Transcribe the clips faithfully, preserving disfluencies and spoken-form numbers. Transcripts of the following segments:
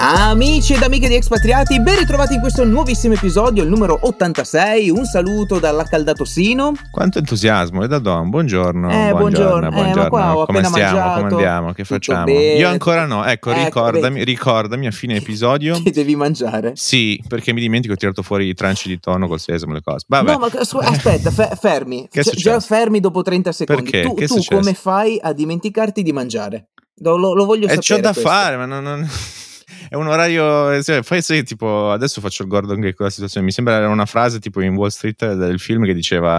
Amici ed amiche di Expatriati, ben ritrovati in questo nuovissimo episodio, il numero ottantasei. Un saluto dall'accaldato Sino. Quanto entusiasmo, e da Don, buongiorno. Eh, buongiorno, buongiorno, buongiorno. Eh, ma qua ho Come appena stiamo? mangiato. Come andiamo? Che Tutto facciamo? bene, Io ancora tutto... no, ecco, ecco ricordami, vedi. ricordami a fine episodio. Che devi mangiare? Sì, perché mi dimentico, ho tirato fuori i tranci di tonno col sesamo, le cose. Vabbè. No, ma aspetta, fe- fermi. Che è Cioè, già fermi dopo trenta secondi. Perché? Tu, Che è tu successo? come fai a dimenticarti di mangiare? Lo, lo, lo voglio E sapere. c'ho da questo. fare, ma non... non... È un orario, cioè, fai sì, tipo, adesso faccio il Gordon Gay con la situazione, mi sembra era una frase tipo in Wall Street del film che diceva,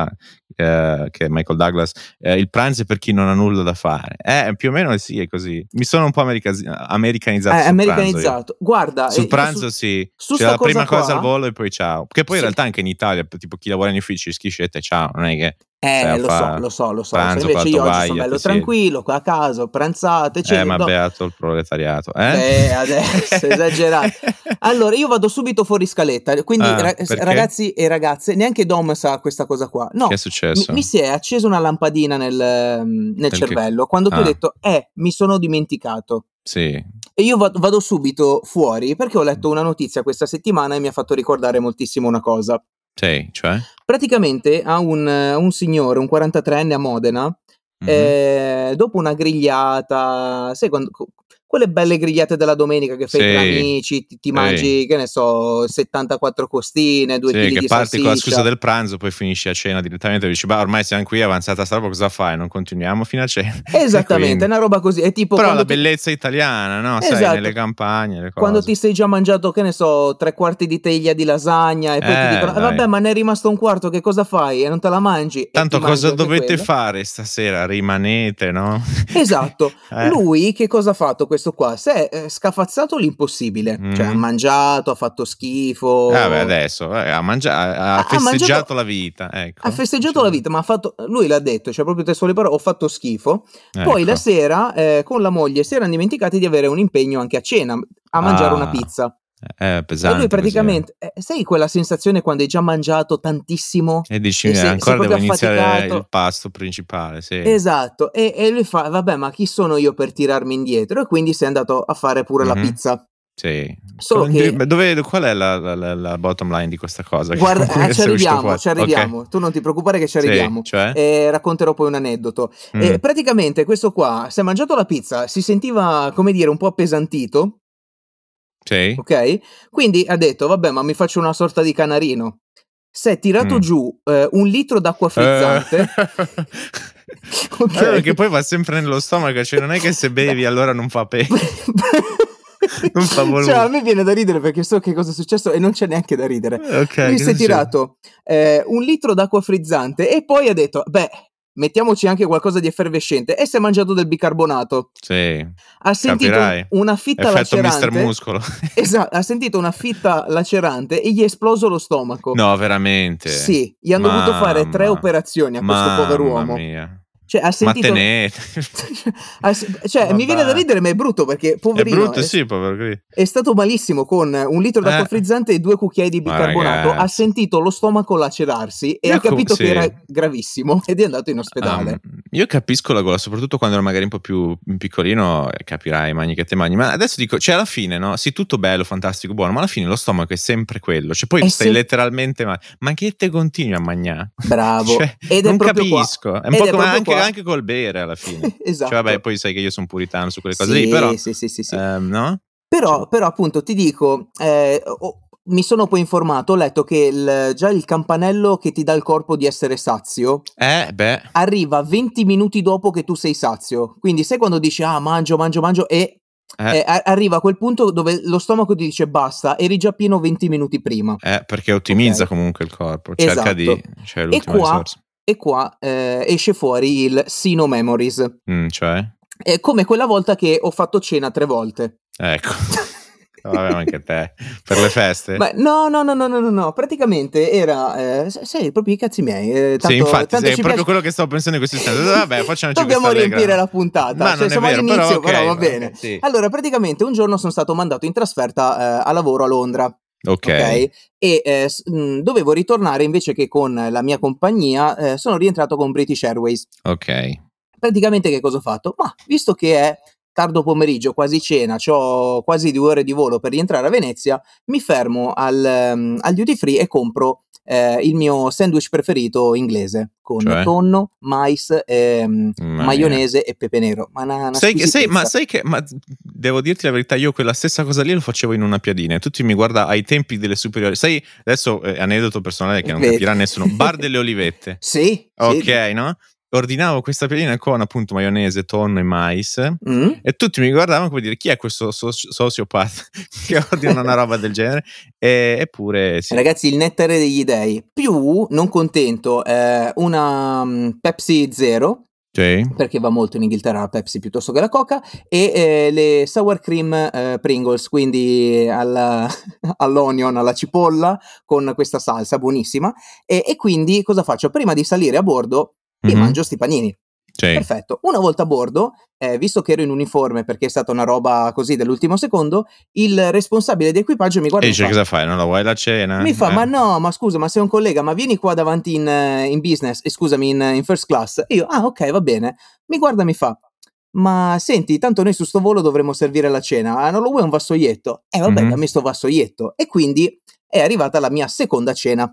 eh, che Michael Douglas, eh, il pranzo è per chi non ha nulla da fare. Eh, più o meno sì, è così. Mi sono un po' america- americanizzato Eh, sul americanizzato. pranzo. Io. Guarda, Sul io pranzo su, sì, su c'è la cosa prima qua, cosa al volo e poi ciao. Che poi sì. in realtà anche in Italia, tipo chi lavora in uffici, schiscette, ciao, non è che... Eh, lo so, lo so, lo so. Pranzo, Invece io oggi sono tovaglia, bello tranquillo, qua a casa, pranzate. Cioè, eh, ma no. beato il proletariato. Eh? Beh, adesso, esagerato. Allora, io vado subito fuori scaletta. Quindi, Ah, ra- ragazzi e ragazze, neanche Dom sa questa cosa qua. No, che è mi, successo? mi si è accesa una lampadina nel, nel Perché? cervello quando tu Ah. hai detto, eh, mi sono dimenticato. Sì. E io vado, vado subito fuori perché ho letto una notizia questa settimana e mi ha fatto ricordare moltissimo una cosa. Sì, cioè? Praticamente a un, un signore, un quarantatreenne a Modena, mm-hmm. eh, dopo una grigliata, sai quando, quelle belle grigliate della domenica che fai sì. tra amici, ti, ti mangi, sì. che ne so, settantaquattro costine, due sì, chili che di parti salsiccia. Con la scusa del pranzo, poi finisci a cena direttamente e dici, bah, ormai siamo qui, è avanzata sta roba, cosa fai? Non continuiamo fino a cena? Esattamente, è una roba così. È tipo però la ti... bellezza italiana, no? Esatto. Sai, nelle campagne, le cose. Quando ti sei già mangiato, che ne so, tre quarti di teglia di lasagna e poi eh, ti dicono, eh, vabbè, ma ne è rimasto un quarto, che cosa fai? E non te la mangi? Tanto e cosa dovete quello. fare stasera? Rimanete, no? Esatto. eh. Lui che cosa ha fatto questo qua? Si è eh, scafazzato l'impossibile. Mm. Cioè ha mangiato, ha fatto schifo. Eh beh, adesso eh, ha, mangia- ha, ha festeggiato mangiato, la vita. Ecco. Ha festeggiato la vita, ma ha fatto. Lui l'ha detto, cioè proprio testuali parole, ho fatto schifo. Ecco. Poi la sera eh, con la moglie si erano dimenticati di avere un impegno anche a cena, a mangiare ah. una pizza. È pesante. E lui praticamente, eh, sai quella sensazione quando hai già mangiato tantissimo e dici, e sei, ancora sei devo iniziare affaticato. Il pasto principale, sì. Esatto, e, e lui fa, vabbè, ma chi sono io per tirarmi indietro? E quindi sei andato a fare pure mm-hmm. la pizza. Sì. Solo che... Dove, qual è la, la, la bottom line di questa cosa? Guarda, eh, ci arriviamo, ci arriviamo. Okay. Tu non ti preoccupare che ci arriviamo. Sì, cioè? E racconterò poi un aneddoto. Mm. E praticamente questo qua, si è mangiato la pizza, si sentiva, come dire, un po' appesantito. Sì. Ok? Quindi ha detto, vabbè, ma mi faccio una sorta di canarino. Si è tirato mm. giù eh, un litro d'acqua frizzante. Okay. Allora, che poi va sempre nello stomaco, cioè non è che se bevi allora non fa pena. Non fa volume. Cioè, a me viene da ridere perché so che cosa è successo e non c'è neanche da ridere. Okay, lui si è tirato eh, un litro d'acqua frizzante e poi ha detto, beh, mettiamoci anche qualcosa di effervescente, e si è mangiato del bicarbonato. Sì. Ha sentito Capirai. una fitta Effetto lacerante. mister Muscolo. Esatto, ha sentito una fitta lacerante e gli è esploso lo stomaco. No, veramente? Sì, gli hanno Mamma. dovuto fare tre operazioni a questo Mamma povero uomo. Mia. Cioè, ha sentito... Ma tenete. cioè, Vabbè. mi viene da ridere, ma è brutto perché poverino è brutto, è, sì, povero. È stato malissimo con un litro d'acqua eh. frizzante e due cucchiai di bicarbonato. Ha sentito lo stomaco lacerarsi e io ha capito cu- che sì. era gravissimo ed è andato in ospedale. Um, io capisco la gola, soprattutto quando ero magari un po' più piccolino, capirai, mangi che te mangi. Ma adesso dico, cioè alla fine, no? Sì, tutto bello, fantastico, buono, ma alla fine lo stomaco è sempre quello. Cioè poi È stai se... letteralmente male. Ma che te continui a mangiare? Bravo. Cioè, Ed non è capisco. qua. È un Ed po' è come anche, qua. anche col bere alla fine. Esatto. Cioè vabbè, poi sai che io sono puritano su quelle cose sì, lì, però sì, sì, sì, sì. Ehm, no? Però, cioè... però appunto ti dico, eh, oh, mi sono poi informato, ho letto che il, già il campanello che ti dà il corpo di essere sazio eh, beh. arriva venti minuti dopo che tu sei sazio. Quindi sai quando dici ah mangio, mangio, mangio e Eh. Eh, arriva a quel punto dove lo stomaco ti dice basta, eri già pieno venti minuti prima. Eh, perché ottimizza okay. comunque il corpo, cerca esatto. di... Cioè e qua, e qua eh, esce fuori il Sino Memories. Mm, cioè? È come quella volta che ho fatto cena tre volte. Ecco. Vabbè, anche te. Per le feste? Ma no, no, no, no, no, no. Praticamente era... Eh, sei proprio i cazzi miei. Eh, tanto, sì, infatti, tanto sì, è ci proprio piace... quello che stavo pensando in questo istante. Vabbè, facciamoci Dobbiamo riempire allegra. la puntata. Ma cioè, non siamo è vero, all'inizio, però, okay, però va bene. okay, sì. Allora, praticamente un giorno sono stato mandato in trasferta eh, a lavoro a Londra. Ok. okay? E eh, mh, dovevo ritornare invece che con la mia compagnia, eh, sono rientrato con British Airways. Ok. Praticamente che cosa ho fatto? Ma visto che è tardo pomeriggio, quasi cena, c'ho quasi due ore di volo per rientrare a Venezia, mi fermo al, um, al duty free e compro eh, il mio sandwich preferito inglese, con Cioè? tonno, mais, ehm, Mamma mia. maionese e pepe nero. Ma una, una Sai che, sai, ma squisitezza. sai che, ma devo dirti la verità, io quella stessa cosa lì lo facevo in una piadina e tutti mi guarda ai tempi delle superiori. Sai, adesso eh, aneddoto personale che non Vedi. capirà nessuno. Bar delle Olivette. Sì, Ok, sì. no? Ordinavo questa piadina con appunto maionese, tonno e mais Mm? e tutti mi guardavano come dire chi è questo so- sociopata che ordina una roba del genere, e, eppure sì. Ragazzi, il nettare degli dei. Più, non contento, eh, una um, Pepsi Zero, Sì. perché va molto in Inghilterra la Pepsi piuttosto che la Coca, e eh, le sour cream eh, Pringles, quindi alla, all'onion, alla cipolla, con questa salsa buonissima. E, e quindi cosa faccio? Prima di salire a bordo, mi Mhm. mangio sti panini. Sì. Perfetto. Una volta a bordo, eh, visto che ero in uniforme perché è stata una roba così dell'ultimo secondo, il responsabile di equipaggio mi guarda E e mi dice fa, cosa fai? Non la vuoi la cena? mi fa, Eh. ma no, ma scusa, ma sei un collega, ma vieni qua davanti in, eh, in business, e scusami, in, in first class. E io, ah, ok, va bene. Mi guarda e mi fa, ma senti, tanto noi su sto volo dovremmo servire la cena, ah, non lo vuoi un vassoietto? Eh, vabbè, Mhm. dammi sto vassoietto. E quindi è arrivata la mia seconda cena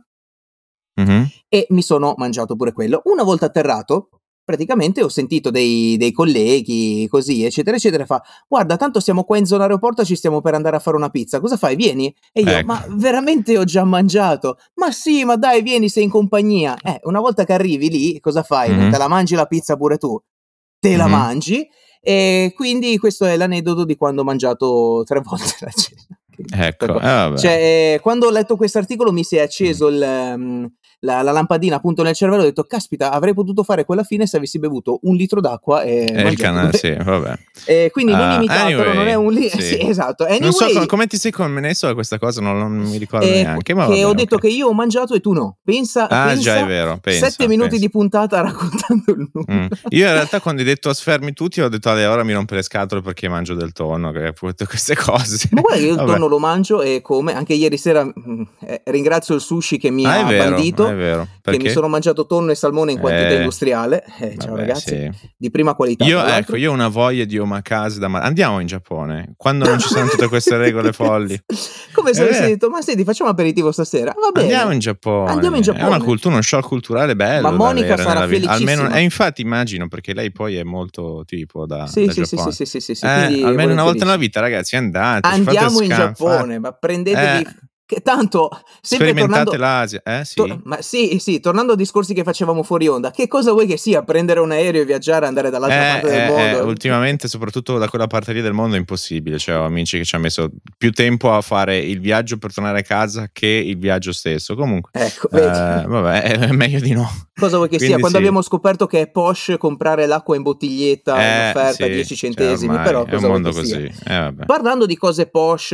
Mhm. e mi sono mangiato pure quello. Una volta atterrato, praticamente ho sentito dei, dei colleghi, così, eccetera, eccetera, fa, guarda, tanto siamo qua in zona aeroporto, ci stiamo per andare a fare una pizza, cosa fai? Vieni? E io, Ecco. ma veramente ho già mangiato? Ma sì, ma dai, vieni, sei in compagnia. Eh, una volta che arrivi lì, cosa fai? Non Mhm. te la mangi la pizza pure tu? Te la Mhm. mangi? E quindi questo è l'aneddoto di quando ho mangiato tre volte la cena. Ecco, eh, vabbè. Cioè, eh, quando ho letto questo articolo mi si è acceso il, um, la, la lampadina appunto nel cervello, ho detto, caspita, avrei potuto fare quella fine se avessi bevuto un litro d'acqua e E il mangiato canale, due. sì, vabbè. Eh, quindi non Uh, imitatelo, non è un anyway, li- sì. sì, esatto. Non so Anyway, co- come ti sei connesso a questa cosa, non, non mi ricordo eh, neanche, ma che va ho bene, detto ok. che io ho mangiato e tu no. Pensa, Ah, già, è pensa, vero, pensa, sette minuti pensa. di puntata raccontando il numero. Mm. Io in realtà quando hai detto sfermi tutti ho detto Ale, ora mi rompe le scatole perché mangio del tonno, che tutte queste cose. Ma guarda che io il Vabbè. tonno lo mangio e come, anche ieri sera mm, eh, ringrazio il sushi che mi Ah, è ha vero, bandito, è vero. che mi Perché? sono mangiato tonno e salmone in quantità Eh, industriale. Eh, ciao vabbè, ragazzi, sì. di prima qualità Io, tra ecco, l'altro. io ho una voglia di omakase da ma- andiamo in Giappone, quando non ci sono tutte queste regole folli. Come se Eh, avessi beh. detto, ma senti, facciamo aperitivo stasera? Va bene. Andiamo in Giappone. Andiamo in È una Giappone. cultura, uno shock culturale bello Ma da Monica avere sarà nella vita. Almeno, felicissima. e infatti immagino, perché lei poi è molto tipo da, Sì, da sì, sì, sì, Giappone. sì, sì, sì, sì, Eh, quindi almeno una volta nella volentierissimo. vita, ragazzi, andate, fate Andiamo in scam, fate- Giappone, ma prendetevi, eh, che tanto, sempre sperimentate tornando, l'Asia. Eh, to- sì. ma sì, sì, tornando a discorsi che facevamo fuori onda, che cosa vuoi che sia prendere un aereo e viaggiare, andare dall'altra Eh, parte del eh, mondo? eh, ultimamente, soprattutto da quella parte lì del mondo, è impossibile. Cioè, ho amici che ci hanno messo più tempo a fare il viaggio per tornare a casa che il viaggio stesso. Comunque, Ecco, eh, vedi. vabbè, è meglio di no. Cosa vuoi che sia? Quindi Quando sì. abbiamo scoperto che è posh comprare l'acqua in bottiglietta in Eh, offerta, sì, dieci cioè, centesimi, ormai però è un cosa vuoi mondo che sia? così. Eh, vabbè. Parlando di cose posh,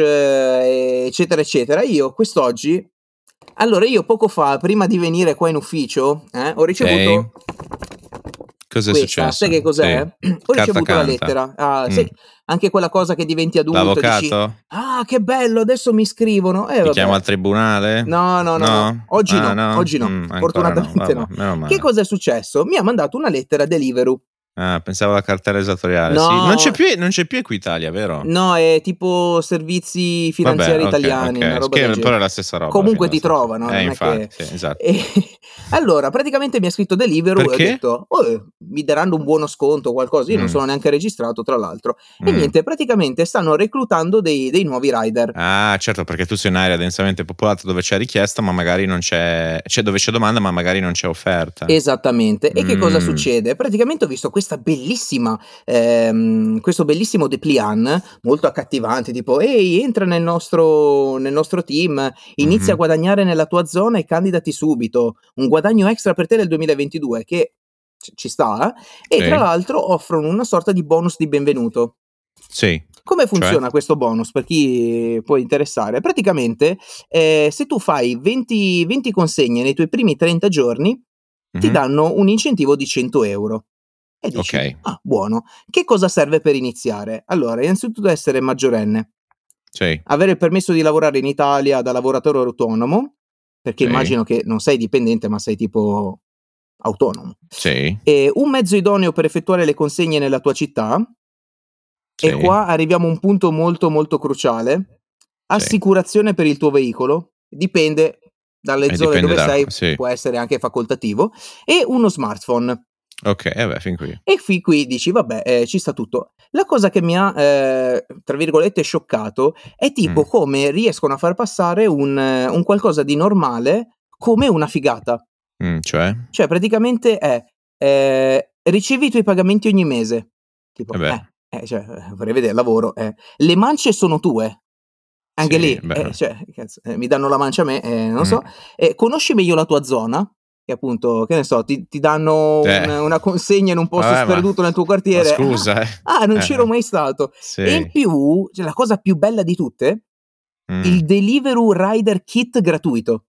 eh, eccetera, eccetera, io quest'oggi, allora io poco fa, prima di venire qua in ufficio, eh, ho ricevuto Cos'è questa, sai successo? che cos'è? Sì. Ho Carta ricevuto la canta. lettera, ah, Mm. sì, anche quella cosa che diventi adulto e dici, L'avvocato? ah, che bello, adesso mi scrivono, e eh, Ti chiamo al vabbè. tribunale? No, no, no, no, No? oggi Ah, no, no? oggi no, Mm, ancora no. fortunatamente Vabbè, no. meno Che male. cosa è successo? Mi ha mandato una lettera Deliveroo. Ah, pensavo alla cartella esattoriale. No, Sì. Non c'è più, non c'è più Equitalia, vero? no, è tipo servizi finanziari Vabbè, ok, italiani, una ok. roba Che del però genere. è la stessa roba. alla Comunque fine, ti la stessa. trovano, Eh, non è infatti, che... sì, esatto. E... Allora, praticamente mi ha scritto Deliveroo e ho Perché? detto, oh, mi daranno un buono sconto o qualcosa, io non Mm. sono neanche registrato tra l'altro. E Mm. niente, praticamente stanno reclutando dei, dei nuovi rider. Ah, certo, perché tu sei un'area densamente popolata dove c'è richiesta, ma magari non c'è, c'è dove c'è domanda, ma magari non c'è offerta. Esattamente. E che cosa Mm. succede? Praticamente ho visto questa bellissima, ehm, questo bellissimo dépliant, molto accattivante, tipo, ehi, entra nel nostro, nel nostro team, inizia Mhm. a guadagnare nella tua zona e candidati subito. Un guadagno extra per te nel duemilaventidue, che ci ci sta, eh? E tra Sì. l'altro offrono una sorta di bonus di benvenuto. Sì. Come Cioè? funziona questo bonus per chi può interessare? Praticamente, eh, se tu fai venti, venti consegne nei tuoi primi trenta giorni, ti Mhm. danno un incentivo di cento euro. E dici, Ok. ah, buono. Che cosa serve per iniziare? Allora, innanzitutto essere maggiorenne, Sì. avere il permesso di lavorare in Italia da lavoratore autonomo, perché Sì. immagino che non sei dipendente, ma sei tipo autonomo. Sì. E un mezzo idoneo per effettuare le consegne nella tua città. Sì. E qua arriviamo a un punto molto molto cruciale. Assicurazione sì. per il tuo veicolo, dipende dalle E zone dipende dove da, sei, sì. può essere anche facoltativo, e uno smartphone. Ok, e eh beh, fin qui. E fin qui dici vabbè, eh, ci sta tutto. La cosa che mi ha, eh, tra virgolette, scioccato è tipo Mm. come riescono a far passare un, un qualcosa di normale come una figata. Mm, cioè? Cioè praticamente è, eh, ricevi i tuoi pagamenti ogni mese. Tipo, Eh beh. eh, eh, cioè, vorrei vedere il lavoro. Eh. Le mance sono tue. Anche Sì, lì, beh. eh, cioè, cazzo, eh, mi danno la mancia a me, eh, non lo Mm. so. Eh, conosci meglio la tua zona, che appunto, che ne so, ti, ti danno Eh. un, una consegna in un posto Vabbè, ma- sperduto nel tuo Ma quartiere. scusa, eh. Ah, ah, non Eh, c'ero mai stato. Sì. E in più, cioè, la cosa più bella di tutte, Mm. il Deliveroo Rider Kit gratuito.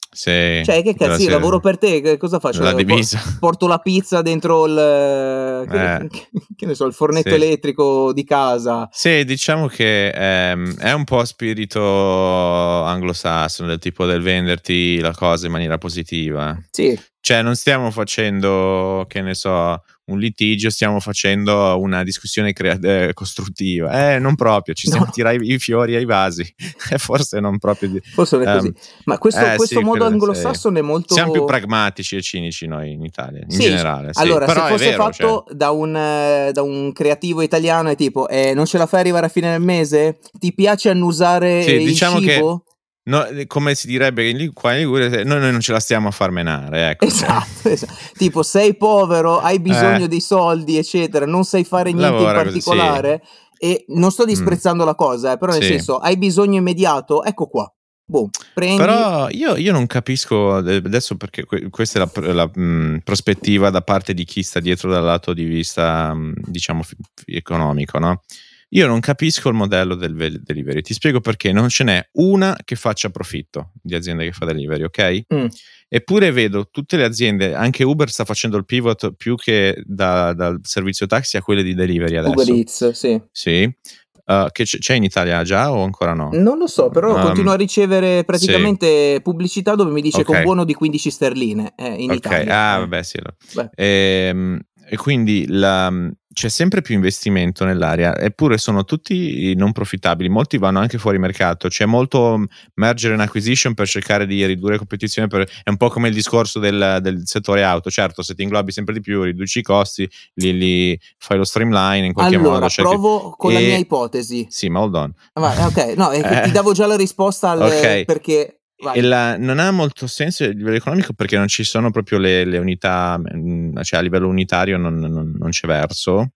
Sì. Cioè, che Quella cazzo, io sì, lavoro per te, che cosa faccio? la Po- divisa. porto la pizza dentro il, che, Eh. che- che ne so, il fornetto Sì. elettrico di casa. Sì, diciamo che ehm, è un po' spirito anglosassone, del tipo del venderti la cosa in maniera positiva. Sì. Cioè, non stiamo facendo, che ne so, un litigio, stiamo facendo una discussione crea- eh, costruttiva. Eh, non proprio, ci stiamo No. a tirare i, i fiori ai vasi. E forse non proprio di, Forse non è così. ehm, Ma questo, eh, questo sì, modo credo, anglosassone è molto... Siamo più pragmatici e cinici noi in Italia, in Sì, generale. Sì. allora, Però se è fosse vero, fatto cioè. da, un, eh, da un creativo italiano è tipo, eh, non ce la fai arrivare a fine del mese? Ti piace annusare Sì, eh, il diciamo che cibo? no, come si direbbe in Li- qua in Liguria, noi, noi non ce la stiamo a far menare, ecco. Cioè. Esatto, esatto. Tipo, sei povero, hai bisogno Eh. dei soldi, eccetera, non sai fare niente in Lavora così, sì. particolare, e non sto Mm. disprezzando la cosa, eh, però nel Sì. senso, hai bisogno immediato, ecco qua. Boh, prendi. Però io, io non capisco eh, adesso, perché que- questa è la, la mh, prospettiva da parte di chi sta dietro dal lato di vista, mh, diciamo, fi- fi- economico, no? Io non capisco il modello del ve- delivery. Ti spiego perché non ce n'è una che faccia profitto di azienda che fa delivery, ok? Mm. Eppure vedo tutte le aziende, anche Uber sta facendo il pivot più che da- dal servizio taxi a quelle di delivery adesso. Uber Eats, sì. Sì. Uh, che c- c'è in Italia già o ancora no? Non lo so, però Um, continuo a ricevere praticamente sì. pubblicità dove mi dice Ok. con buono di quindici sterline eh, in Ok, Italia. ah, eh. vabbè, sì. allora. Beh. Ehm, E quindi la, c'è sempre più investimento nell'area, eppure sono tutti non profitabili. Molti vanno anche fuori mercato. C'è molto merger and acquisition per cercare di ridurre competizione. Per, è un po' come il discorso del, del settore auto. Certo, se ti inglobi sempre di più, riduci i costi, li, li fai lo streamline in qualche Allora, modo. Cerchi, provo con e, la mia ipotesi. Sì, ma hold on. Vai, ok, no, è che ti davo già la risposta al Ok. perché... Vai. E la, non ha molto senso a livello economico perché non ci sono proprio le, le unità, mh, cioè a livello unitario non, non, non c'è verso.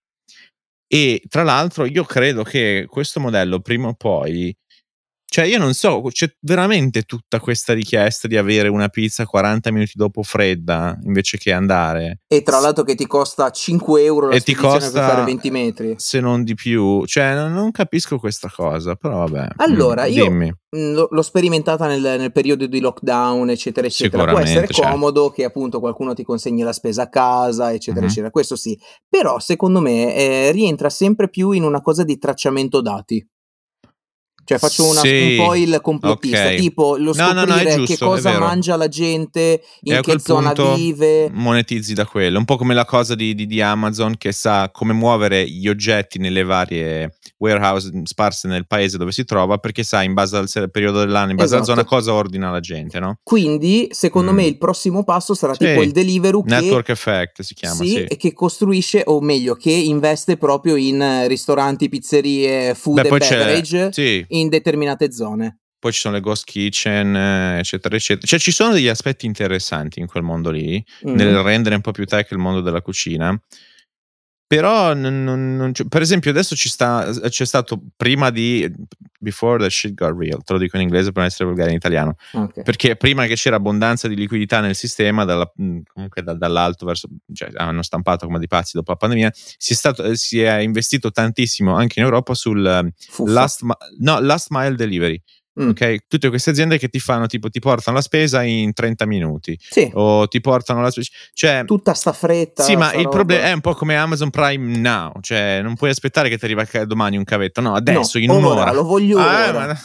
E tra l'altro io credo che questo modello prima o poi, cioè io non so, c'è veramente tutta questa richiesta di avere una pizza quaranta minuti dopo fredda invece che andare. E tra l'altro che ti costa cinque euro la E ti spedizione costa, per fare venti metri. se non di più, cioè non, non capisco questa cosa, però vabbè. Allora, mm, io dimmi. mh, l'ho, l'ho sperimentata nel, nel periodo di lockdown, eccetera, eccetera. Può essere Sicuramente, cioè. comodo che appunto qualcuno ti consegni la spesa a casa, eccetera, Mhm. eccetera. Questo sì. Però secondo me eh, rientra sempre più in una cosa di tracciamento dati. Cioè faccio una, Sì, un po' il complottista, ok. tipo lo No, no, no, è scoprire che giusto, è cosa vero. mangia la gente, E in a che quel zona punto vive. monetizzi da quello, un po' come la cosa di, di, di Amazon che sa come muovere gli oggetti nelle varie warehouse sparse nel paese dove si trova, perché sa in base al se- periodo dell'anno, in base alla Esatto. zona, cosa ordina la gente, no? Quindi, secondo Mm. me, il prossimo passo sarà Sì. tipo il Deliveroo che, Network effect si chiama, sì, sì. e che costruisce, o meglio, che investe proprio in eh, ristoranti, pizzerie, food Beh, and poi c'è, beverage sì, in determinate zone. poi ci sono le ghost kitchen, eh, eccetera, eccetera. Cioè ci sono degli aspetti interessanti in quel mondo lì, Mm. nel rendere un po' più tech il mondo della cucina. Però non, non, non c'è- per esempio adesso ci sta, c'è stato prima di Before the shit got real, te lo dico in inglese per non essere volgare in italiano, Ok. perché prima che c'era abbondanza di liquidità nel sistema, dalla, mh, comunque da- dall'alto verso, cioè hanno stampato come dei pazzi dopo la pandemia, si è, stato, eh, si è investito tantissimo anche in Europa sul eh, Fuffa. last, ma- no, last mile delivery. Mm. Ok, tutte queste aziende che ti fanno tipo ti portano la spesa in trenta minuti Sì, o ti portano la spesa, cioè tutta sta fretta. sì, ma sta il roba. problema è un po' come Amazon Prime Now, cioè non puoi aspettare che ti arriva ca- domani un cavetto, no, adesso No, in ora, un'ora. lo voglio Ah, eh, ora. ma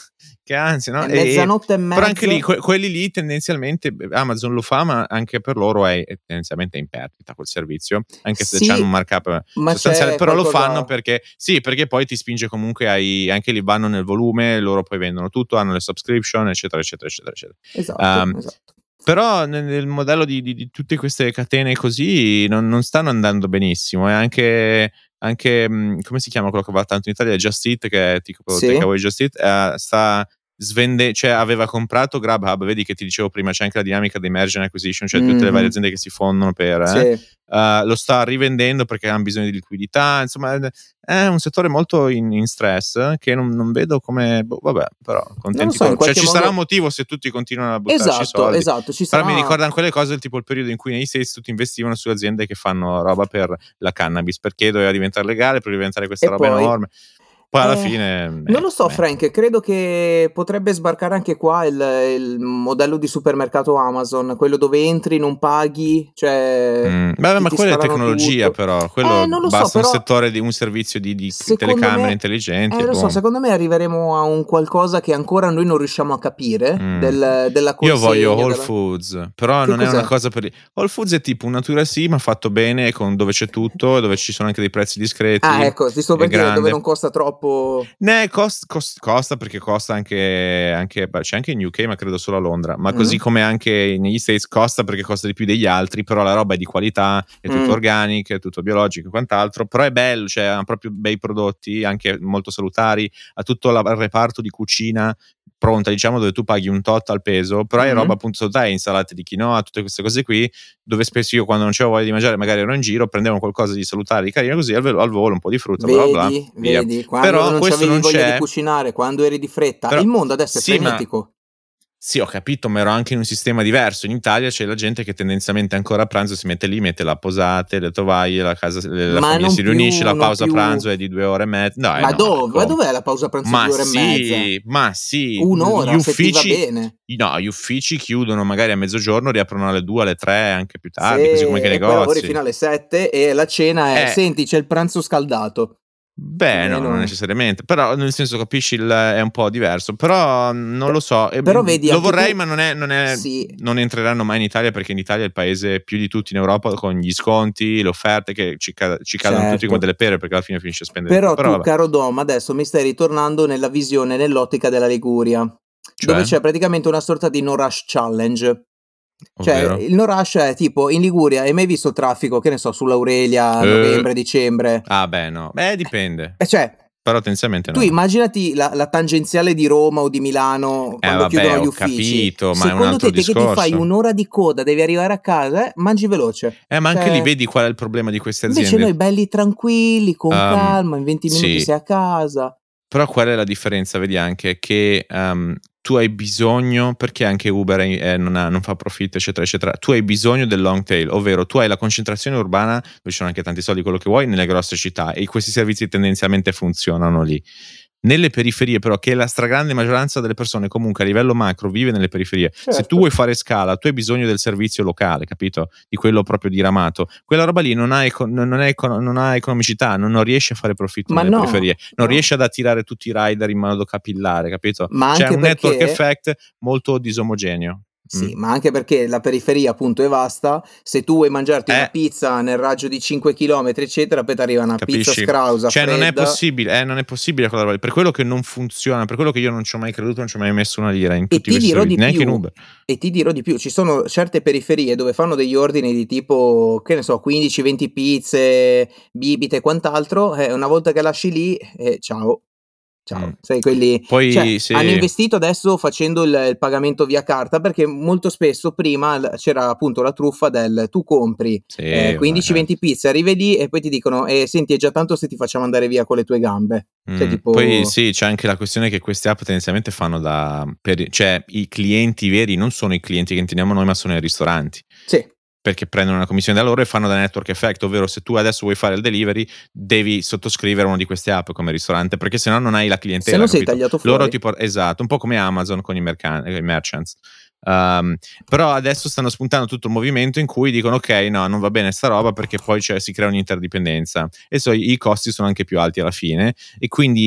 che ansia, no? È E, mezzanotte e mezza. però anche lì, que- quelli lì tendenzialmente Amazon lo fa, ma anche per loro è, è tendenzialmente in perdita quel servizio, anche se Sì, hanno un markup ma sostanziale, c'è però lo qualcosa- fanno perché sì, perché poi ti spinge comunque ai, anche lì vanno nel volume, loro poi vendono tutto, hanno le subscription, eccetera, eccetera, eccetera, eccetera. Esatto, Um, esatto. Però nel, nel modello di, di, di tutte queste catene così non, non stanno andando benissimo, e anche anche mh, come si chiama quello che va tanto in Italia, Just Eat, che è tipo Sì. Takeaway Just Eat, eh, sta svende, cioè aveva comprato Grubhub, vedi che ti dicevo prima c'è anche la dinamica di merger and acquisition, cioè tutte le varie Mhm. aziende che si fondono per Sì. eh, uh, lo sta rivendendo perché hanno bisogno di liquidità, insomma è, è un settore molto in, in stress che non, non vedo come boh, vabbè, però contenti so, in loro. Cioè qualche ci modo- sarà un motivo se tutti continuano a buttarci Esatto, soldi, esatto, ci però sarà... mi ricordano quelle cose del tipo il periodo in cui negli States tutti investivano su aziende che fanno roba per la cannabis, perché doveva diventare legale, per diventare questa E roba poi? enorme. Poi alla Eh, fine non lo so, beh. Frank, credo che potrebbe sbarcare anche qua il, il modello di supermercato Amazon, quello dove entri, non paghi, cioè Mm. Beh, ti, ma ti quella è scalano tecnologia, tutto. però quello Eh, non lo so, basta un però settore di un servizio di, di secondo telecamere me, intelligenti eh, e lo so, buono. secondo me arriveremo a un qualcosa che ancora noi non riusciamo a capire Mm. del, della Io voglio consegna. Whole della... Foods, però Che non è cos'è? una cosa per... Whole Foods è tipo un natura sì, ma fatto bene, con, dove c'è tutto, dove ci sono anche dei prezzi discreti, Ah, ecco, ti sto è per dire dove grande. non costa troppo. Ne cost, cost, costa perché costa anche, anche beh, c'è anche in U K, ma credo solo a Londra, ma Mm. così come anche negli States costa perché costa di più degli altri, però la roba è di qualità, è tutto Mm. organico, è tutto biologico e quant'altro, però è bello, cioè ha proprio bei prodotti, anche molto salutari, ha tutto la, il reparto di cucina pronta, diciamo, dove tu paghi un tot al peso, però Mm. è roba appunto salutare, insalate di quinoa, tutte queste cose qui, dove spesso io quando non c'avevo voglia di mangiare, magari ero in giro, prendevo qualcosa di salutare, di carino così, al, velo, al volo un po' di frutta, bla bla bla, Vedi, via. vedi, quando Però non questo c'avevi non voglia c'è. di cucinare, quando eri di fretta. Però, Il mondo adesso è sì, ma frenetico. sì, ho capito, ma ero anche in un sistema diverso. In Italia c'è la gente che tendenzialmente ancora a pranzo si mette lì, mette la posate, le tovaglie, la casa, la Ma famiglia non si riunisce, più, la non pausa più. pranzo è di due ore e mezza. No, eh Ma no, dai, dove? Ma come? dov'è la pausa pranzo di Ma due ore e mezza? sì, ma sì, Un'ora, gli se ti va uffici, bene. no, gli uffici chiudono magari a mezzogiorno, riaprono alle due, alle tre, anche più tardi, Se... così come anche i E poi lavori negozi. fino alle sette e la cena è, Eh, senti, c'è il pranzo scaldato. Beh, no, Almeno... non necessariamente, però nel senso capisci il, è un po' diverso, però non lo so, Però vedi, lo anche vorrei tu... ma non, è, non, è, Sì. non entreranno mai in Italia perché in Italia è il paese più di tutti in Europa con gli sconti, le offerte che ci, ci cadono Certo. tutti come delle pere perché alla fine finisce a spendere. Però, Però tu, vabbè. caro Dom, adesso mi stai ritornando nella visione, nell'ottica della Liguria, Cioè? dove c'è praticamente una sorta di no rush challenge. Ovvero? Cioè, il no rush è tipo in Liguria, hai mai visto traffico, che ne so, sull'Aurelia a Eh, novembre, dicembre? Ah, beh, no, beh, dipende. E cioè, Però tendenzialmente tu no. immaginati la, la tangenziale di Roma o di Milano Eh, quando vabbè, chiudono gli ho uffici. capito, ma è un Secondo altro te, te che ti fai discorso. un'ora di coda, devi arrivare a casa, eh, mangi veloce. Eh, ma anche Cioè, lì vedi qual è il problema di queste aziende. invece noi belli tranquilli, con Um, calma, in venti minuti sì. sei a casa. Però qual è la differenza? Vedi anche che um, tu hai bisogno, perché anche Uber è, non, ha, non fa profitto, eccetera, eccetera. Tu hai bisogno del long tail, ovvero tu hai la concentrazione urbana, dove ci sono anche tanti soldi, quello che vuoi, nelle grosse città, e questi servizi tendenzialmente funzionano lì. Nelle periferie, però, che la stragrande maggioranza delle persone comunque a livello macro vive nelle periferie, Certo. se tu vuoi fare scala, tu hai bisogno del servizio locale, capito? Di quello proprio diramato. Quella roba lì non ha, eco- non è eco- non ha economicità, non, non riesce a fare profitto Ma nelle no, periferie, non no. riesce ad attirare tutti i rider in modo capillare, capito? Ma C'è anche un network perché... effect molto disomogeneo. Sì, Mm. ma anche perché la periferia appunto è vasta, se tu vuoi mangiarti Eh. una pizza nel raggio di cinque chilometri eccetera, poi ti arriva una Capisci? pizza scrausa Cioè fredda. non è possibile, eh, non è possibile quella roba lì. Per quello che non funziona, per quello che io non ci ho mai creduto, non ci ho mai messo una lira in E tutti ti questi dirò servizi, di neanche in più, Uber. e ti dirò di più, ci sono certe periferie dove fanno degli ordini di tipo, che ne so, quindici venti pizze, bibite e quant'altro, e una volta che lasci lì, eh, ciao. Ciao, Mm. sai quelli, Poi cioè, sì. hanno investito adesso facendo il, il pagamento via carta, perché molto spesso prima l- c'era appunto la truffa del tu compri Sì, eh, quindici venti pizze, arrivi lì e poi ti dicono eh, senti è già tanto se ti facciamo andare via con le tue gambe. Mm. Cioè, tipo... Poi sì, c'è anche la questione che queste app tendenzialmente fanno da per, cioè i clienti veri non sono i clienti che intendiamo noi, ma sono i ristoranti. Sì. Perché prendono una commissione da loro e fanno da network effect, ovvero se tu adesso vuoi fare il delivery devi sottoscrivere una di queste app come ristorante, perché se no non hai la clientela. Se no sei capito? tagliato fuori. Loro tipo, esatto, un po' come Amazon con i, mercan- i merchants. Um, però adesso stanno spuntando tutto il movimento in cui dicono ok, no, non va bene sta roba perché poi cioè, si crea un'interdipendenza e so, i costi sono anche più alti alla fine e quindi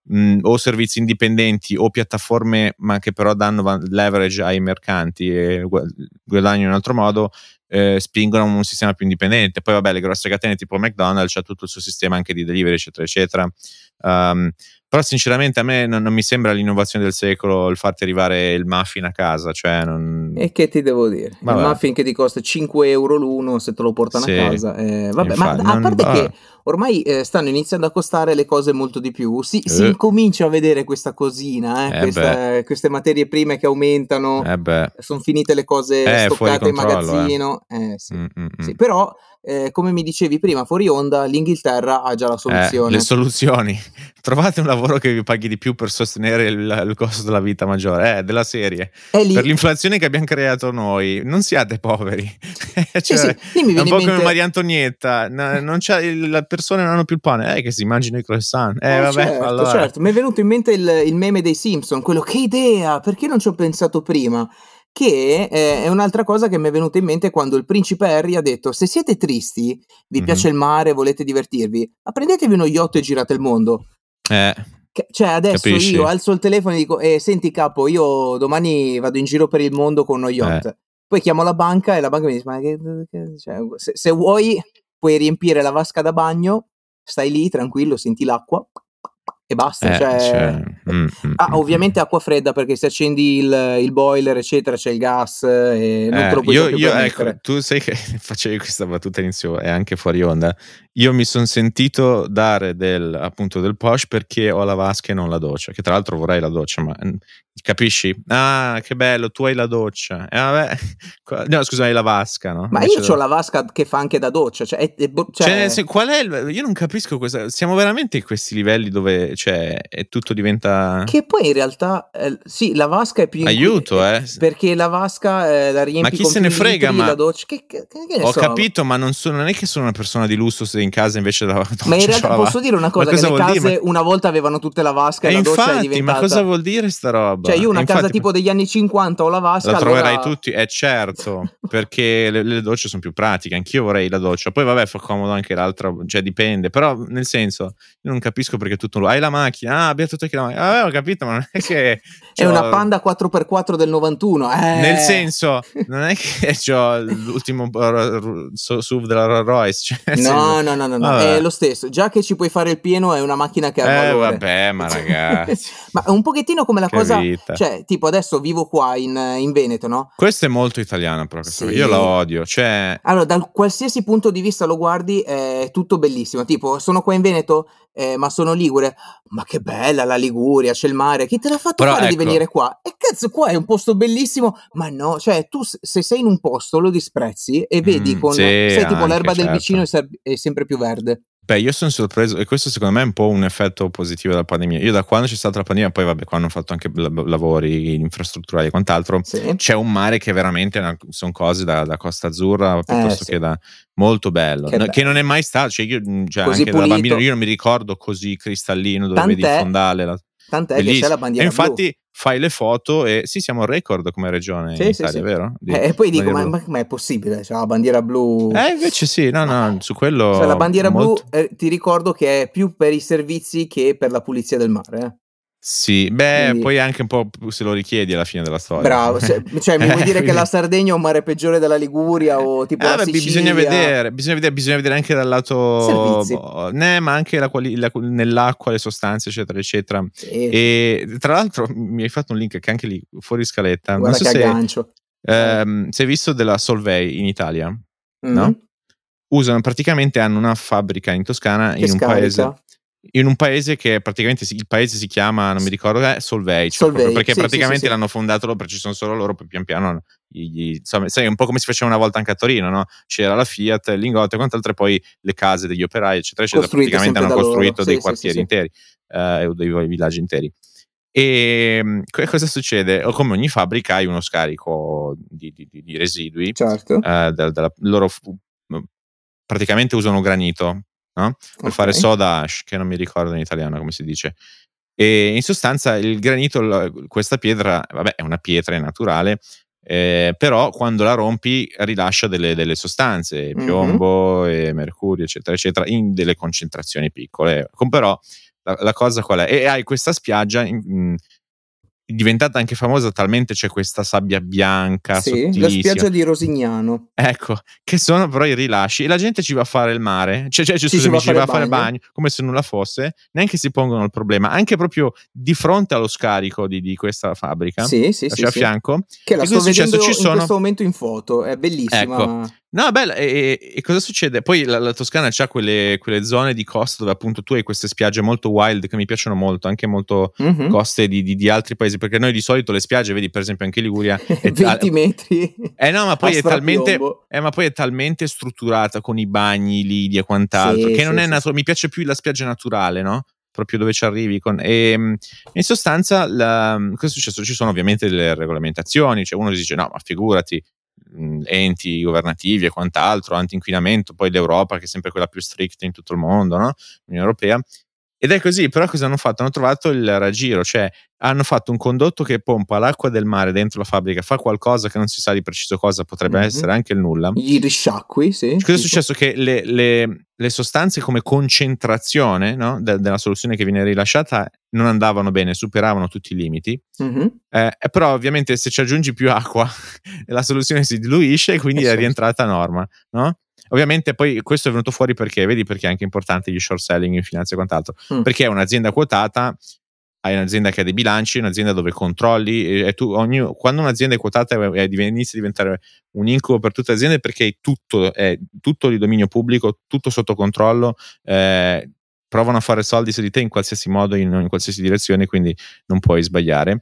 mh, o servizi indipendenti o piattaforme, ma che però danno van- leverage ai mercanti e gu- guadagnano in un altro modo, eh, spingono a un sistema più indipendente. Poi vabbè, le grosse catene tipo McDonald's c'ha tutto il suo sistema anche di delivery, eccetera eccetera. Um, però sinceramente a me non, non mi sembra l'innovazione del secolo il farti arrivare il muffin a casa, cioè non... E che ti devo dire? Il Vabbè. muffin che ti costa cinque euro l'uno se te lo portano Sì, a casa. Eh, vabbè, infatti, ma a non- parte vabbè. che ormai eh, stanno iniziando a costare le cose molto di più, si, si Eh. incomincia a vedere questa cosina, eh, Eh questa- queste materie prime che aumentano, Eh beh, sono finite le cose Eh, fuori stoccate in controllo, eh. magazzino. Eh, sì. Mm, mm, mm. Sì, però, eh, come mi dicevi prima, fuori onda, l'Inghilterra ha già la Eh, soluzione. le soluzioni. Trovate un lavoro che vi paghi di più per sostenere il, il costo della vita maggiore, eh, della serie. È lì. Per l'inflazione che abbiamo creato noi, non siate poveri. Cioè, Sì, sì, lì mi è un viene po' in come mente- Maria Antonietta, no, non c'è, il- le persone non hanno più il pane, eh, che si mangiano i croissant. Eh, Eh, vabbè, certo, allora. certo. Mi è venuto in mente il, il meme dei Simpson, quello che idea, perché non ci ho pensato prima? Che eh, è un'altra cosa che mi è venuta in mente quando il principe Harry ha detto: se siete tristi, vi Mhm. piace il mare, volete divertirvi, ma prendetevi uno yacht e girate il mondo. Eh, Che- cioè adesso Capisci? io alzo il telefono e dico: eh, senti capo, io domani vado in giro per il mondo con uno yacht. Eh. Poi chiamo la banca e la banca mi dice: ma che, che- cioè, se, se vuoi puoi riempire la vasca da bagno, stai lì tranquillo, senti l'acqua e basta. Eh, cioè... cioè, mm, mm, Ah, mm, ovviamente acqua fredda, perché se accendi il, il boiler eccetera c'è il gas e non Eh, te lo puoi io, proprio io permettere. ecco, tu sai che facevi questa battuta inizio e anche fuori onda. Io mi sono sentito dare del, appunto del posh perché ho la vasca e non la doccia, che tra l'altro vorrei la doccia, ma mm, capisci? Ah, che bello, tu hai la doccia. Eh, vabbè. Qua- No, scusa, hai la vasca, no? Ma Invece io da- ho la vasca che fa anche da doccia, cioè, è- è bo- cioè- Cioè, nel sen- qual è il... Io non capisco questa... Siamo veramente in questi livelli dove, cioè, è tutto diventa... che poi in realtà eh, sì, la vasca è più inqui- Aiuto, eh. perché la vasca eh, la riempi Ma chi con se più ne frega, litri, ma- la doccia, che, che- che ne Ho so. capito, ma non, sono, non è che sono una persona di lusso se in casa invece la doccia Ma in c'ho realtà la posso va- dire una Ma cosa, che cosa le vuol dire? case Ma- una volta avevano tutte la vasca e E la doccia è infatti, diventata... ma cosa vuol dire sta roba? Cioè io una E casa infatti- tipo degli anni cinquanta ho la vasca, La troverai allora... tutti, è certo, perché le, le docce sono più pratiche, anch'io vorrei la doccia, poi vabbè fa comodo anche l'altra, cioè dipende, però nel senso, io non capisco perché tutto lo... Hai la macchina, ah abbiamo tutto anche la macchina, vabbè ho capito, ma non è che... È c'ho- una Panda quattro per quattro del novantuno, eh. Nel senso, non è che ho l'ultimo uh, S U V della Rolls Royce, cioè, nel senso- No, no, no, no, no, Vabbè. è lo stesso. Già che ci puoi fare il pieno è una macchina che ha Eh valore. vabbè, ma ragazzi. Ma è un pochettino come la Che cosa, vita. cioè, tipo adesso vivo qua in, in Veneto, no? Questo è molto italiano, però. questa Sì. cosa. Io la odio. Cioè, Allora, da qualsiasi punto di vista lo guardi, è tutto bellissimo. Tipo, sono qua in Veneto, eh, ma sono ligure. Ma che bella la Liguria, c'è il mare. Chi te l'ha fatto Però, fare di ecco- venire qua? E cazzo, qua è un posto bellissimo. Ma no, cioè, tu s- se sei in un posto lo disprezzi e vedi Mm, con... sì, sai, tipo, anche, l'erba del certo. vicino è, ser- è sempre più verde. beh, io sono sorpreso, e questo secondo me è un po' un effetto positivo della pandemia. Io da quando c'è stata la pandemia, poi vabbè, quando hanno fatto anche la- lavori infrastrutturali e quant'altro, Sì. c'è un mare che veramente una- sono cose da, da Costa Azzurra piuttosto sì. che da molto bello, Che No, bello. che non è mai stato, cioè io cioè Così anche da pulito. bambino io non mi ricordo così cristallino dove vedi il Tant'è- fondale, la- Tant'è che c'è bellissimo. la bandiera E infatti fai le foto e sì, siamo al record come regione Sì, in sì, Italia, sì. vero? Di Eh, e poi dico, ma, bandiera blu. ma- ma è possibile? C'è la bandiera blu. Eh invece sì, no no, su quello Cioè, la bandiera molto... blu, eh, ti ricordo che è più per i servizi che per la pulizia del mare. eh. Sì, beh, Quindi- poi anche un po' se lo richiedi alla fine della storia. Bravo, se- cioè mi vuoi Eh, dire che quindi- la Sardegna è un mare peggiore della Liguria o tipo Eh, la beh, Sicilia? bisogna vedere, bisogna vedere, bisogna vedere anche dal lato Servizi. boh, né, ma anche la quali- la- nell'acqua, le sostanze, eccetera, eccetera. Sì, E tra l'altro mi hai fatto un link che anche lì fuori scaletta. guarda non so che se, aggancio. ehm, se hai visto della Solvay in Italia, Mm? no? Usano praticamente hanno una fabbrica in Toscana Che in un scarica? paese. In un paese che praticamente si- il paese si chiama, non mi ricordo, eh, Solvay, cioè Solvay, proprio perché sì, sì, praticamente sì, sì. l'hanno fondato loro, perché ci sono solo loro, poi pian piano gli- gli- insomma, sai, un po' come si faceva una volta anche a Torino, no? C'era la Fiat, il Lingotto e quant'altro, e poi le case degli operai, eccetera, eccetera, Costruite praticamente hanno sempre da loro. costruito Sì, dei sì, quartieri sì, sì. interi, eh, o dei villaggi interi. E mh, que- cosa succede? O come ogni fabbrica hai uno scarico di, di- di- di residui, Certo. eh, da- dalla- loro fu- praticamente usano granito, no? Per Ok. fare soda ash, che non mi ricordo in italiano come si dice. E in sostanza il granito, l- questa pietra, vabbè, è una pietra, è naturale, eh, però quando la rompi rilascia delle, delle sostanze, Mhm. piombo e mercurio, eccetera, eccetera, in delle concentrazioni piccole. Con però la, la cosa qual è? E hai questa spiaggia in, in, diventata anche famosa talmente c'è questa sabbia bianca Sì, la sottilissima, spiaggia di Rosignano. ecco, che sono però i rilasci e la gente ci va a fare il mare, cioè, cioè Sì, ci scusami, va a ci fare va il a fare bagno. bagno come se nulla fosse, neanche si pongono il problema, anche proprio di fronte allo scarico di, di questa fabbrica, Sì, sì, sì, cioè a sì. fianco. Che la E sto cosa è successo? vedendo Ci in sono, questo momento in foto, è ecco, bellissima. no, bella, e, e cosa succede? Poi la, la Toscana c'ha quelle, quelle zone di costa dove appunto tu hai queste spiagge molto wild che mi piacciono molto, anche molto Mh-mh. coste di, di, di altri paesi, perché noi di solito le spiagge, vedi per esempio anche in Liguria, è ta- venti metri eh no, ma a poi è talmente, strapiombo. eh, ma poi è talmente strutturata con i bagni, i lidi e quant'altro, Sì, che non sì, è sì, natu- sì. mi piace più la spiaggia naturale, no? Proprio dove ci arrivi con, e, in sostanza la, cosa è successo? Ci sono ovviamente delle regolamentazioni, cioè uno dice no, ma figurati, mh, enti governativi e quant'altro, anti-inquinamento, poi l'Europa che è sempre quella più stricta in tutto il mondo, no? L'Unione Europea. Ed è così, però cosa hanno fatto? Hanno trovato il raggiro, cioè hanno fatto un condotto che pompa l'acqua del mare dentro la fabbrica, fa qualcosa che non si sa di preciso cosa, potrebbe Mh-mh. essere anche il nulla. Gli risciacqui, sì, Cosa è tipo. successo? Che le, le, le sostanze come concentrazione, no, de- della soluzione che viene rilasciata non andavano bene, superavano tutti i limiti. Mh-mh. Eh, e però ovviamente se ci aggiungi più acqua la soluzione si diluisce e quindi Eh è certo. rientrata a norma, no? Ovviamente poi questo è venuto fuori perché, vedi perché è anche importante gli short selling in finanza e quant'altro, Mh. perché è un'azienda quotata, hai un'azienda che ha dei bilanci, un'azienda dove controlli e, e tu ogni, quando un'azienda è quotata e, e inizia a diventare un incubo per tutte le aziende perché è tutto, è tutto di dominio pubblico, tutto sotto controllo, eh, provano a fare soldi su di te in qualsiasi modo, in, in qualsiasi direzione, quindi non puoi sbagliare.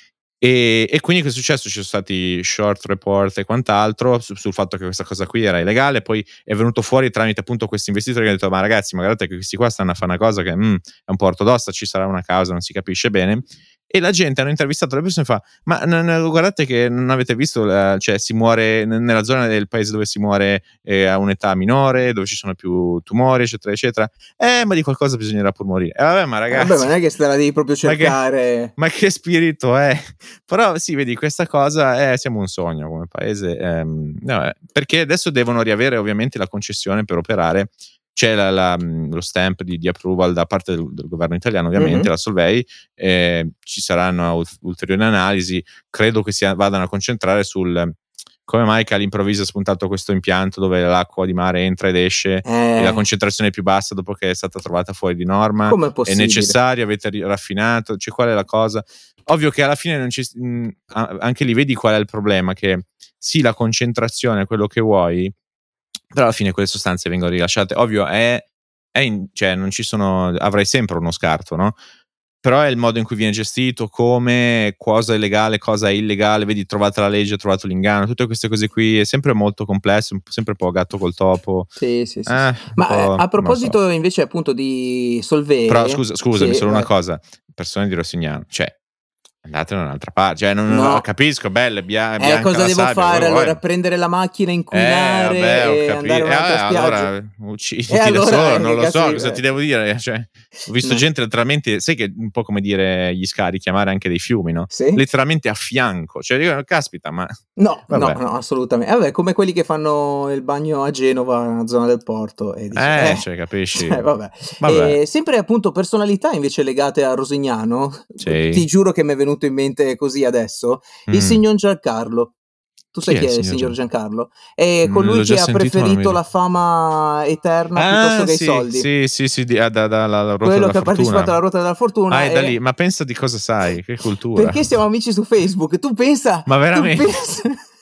E, e quindi cosa è successo? Ci sono stati short report e quant'altro su, sul fatto che questa cosa qui era illegale, poi è venuto fuori tramite appunto questi investitori che hanno detto ma ragazzi, ma guardate che questi qua stanno a fare una cosa che mm, è un po' ortodossa, ci sarà una causa, non si capisce bene. E la gente hanno intervistato le persone e fa ma n- guardate che non avete visto, eh, cioè si muore n- nella zona del paese dove si muore eh, a un'età minore, dove ci sono più tumori eccetera eccetera, eh ma di qualcosa bisognerà pur morire. E eh, vabbè ma Eh vabbè, ma ragazzi, non è che te la devi proprio ma che, cercare. ma che spirito è? Però sì, vedi, questa cosa è, siamo un sogno come paese, ehm, no, perché adesso devono riavere ovviamente la concessione per operare, c'è la, la, lo stamp di, di approval da parte del, del governo italiano ovviamente, Mh-mh. la Solvay, eh, ci saranno ulteriori analisi, credo che si vadano a concentrare sul come mai che all'improvviso è spuntato questo impianto dove l'acqua di mare entra ed esce e la Eh, concentrazione è più bassa dopo che è stata trovata fuori di norma, com'è è possibile? necessario, avete raffinato, cioè qual è la cosa? Ovvio che alla fine non ci, mh, anche lì vedi qual è il problema, che sì, la concentrazione è quello che vuoi, però alla fine quelle sostanze vengono rilasciate. Ovvio è, è in, cioè non ci sono, avrai sempre uno scarto, no? Però è il modo in cui viene gestito, come, cosa è legale, cosa è illegale, vedi, trovate la legge, trovato l'inganno, tutte queste cose qui, è sempre molto complesso, sempre un po' gatto col topo, Sì, sì, sì, sì. eh, un Ma, ehm, po', a non lo so. proposito invece appunto di Però Solvay scusa, scusami, sì, solo una vai. cosa, persone di Rossignano, cioè andate da un'altra parte, cioè non, non- No. capisco, bella, bia- Eh, bianca cosa la devo sabbia, voi fare allora? vuoi. Prendere la macchina, Eh, inquinare vabbè, ho e andare capito. a Eh, vabbè, un'altra spiaggia? allora E ucciditi da allora, solo, eh, non che lo cazzo so di cosa ti eh, devo dire. Cioè, ho visto no. gente letteralmente, sai che un po' come dire gli scari, chiamare anche dei fiumi, no? Sì? Letteralmente a fianco. Cioè, dico, caspita, ma No, no, vabbè. no, assolutame eh vabbè, come quelli che fanno il bagno a Genova, nella zona del porto e dici Eh, eh, cioè, capisci? cioè vabbè. Vabbè, Ehm, sempre appunto personalità invece legate a Rosignano, ti sì. giuro che m'è venuto in mente così adesso, il Mm. signor Giancarlo. Tu sai Chi è chi il è il signor signor Gian? Giancarlo? È Mm, colui l'ho già che ha sentito, ma non mi preferito ricordo. la fama eterna piuttosto Ah, che i sì, soldi. sì, sì, sì, di- ah, da, da- la, la ruota Quello della che ha partecipato fortuna. alla Ruota della Ah, Fortuna è da lì. e Ma pensa di cosa sai? Che cultura. perché siamo amici su Facebook. Tu pensa Ma tu veramente? pensa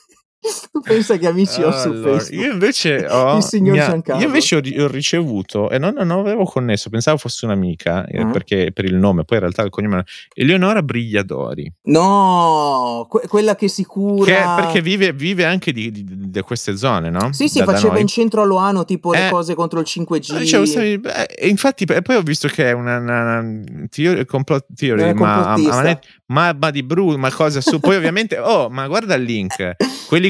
tu pensa che amici ho su Allora, io Facebook. invece Il ho, signor mi ha- io Giancarlo. invece ho, ri- ho ricevuto, e non, non avevo connesso, pensavo fosse un'amica, eh, Ah. perché per il nome, poi in realtà il cognome era Eleonora Brigliadori, No, que quella che si che perché cura vive, vive anche di, di- di queste zone, no? sì, sì, Da, da faceva in noi. centro a Loano tipo le Eh, cose contro il no, dicevo, cinque G. sai, beh, e infatti, e poi ho visto che è una, una, una theory, complot Non theory, è ma, ma, complottista. ma, ma di Bru, ma cosa su. Poi ovviamente, oh, ma guarda il link, quelli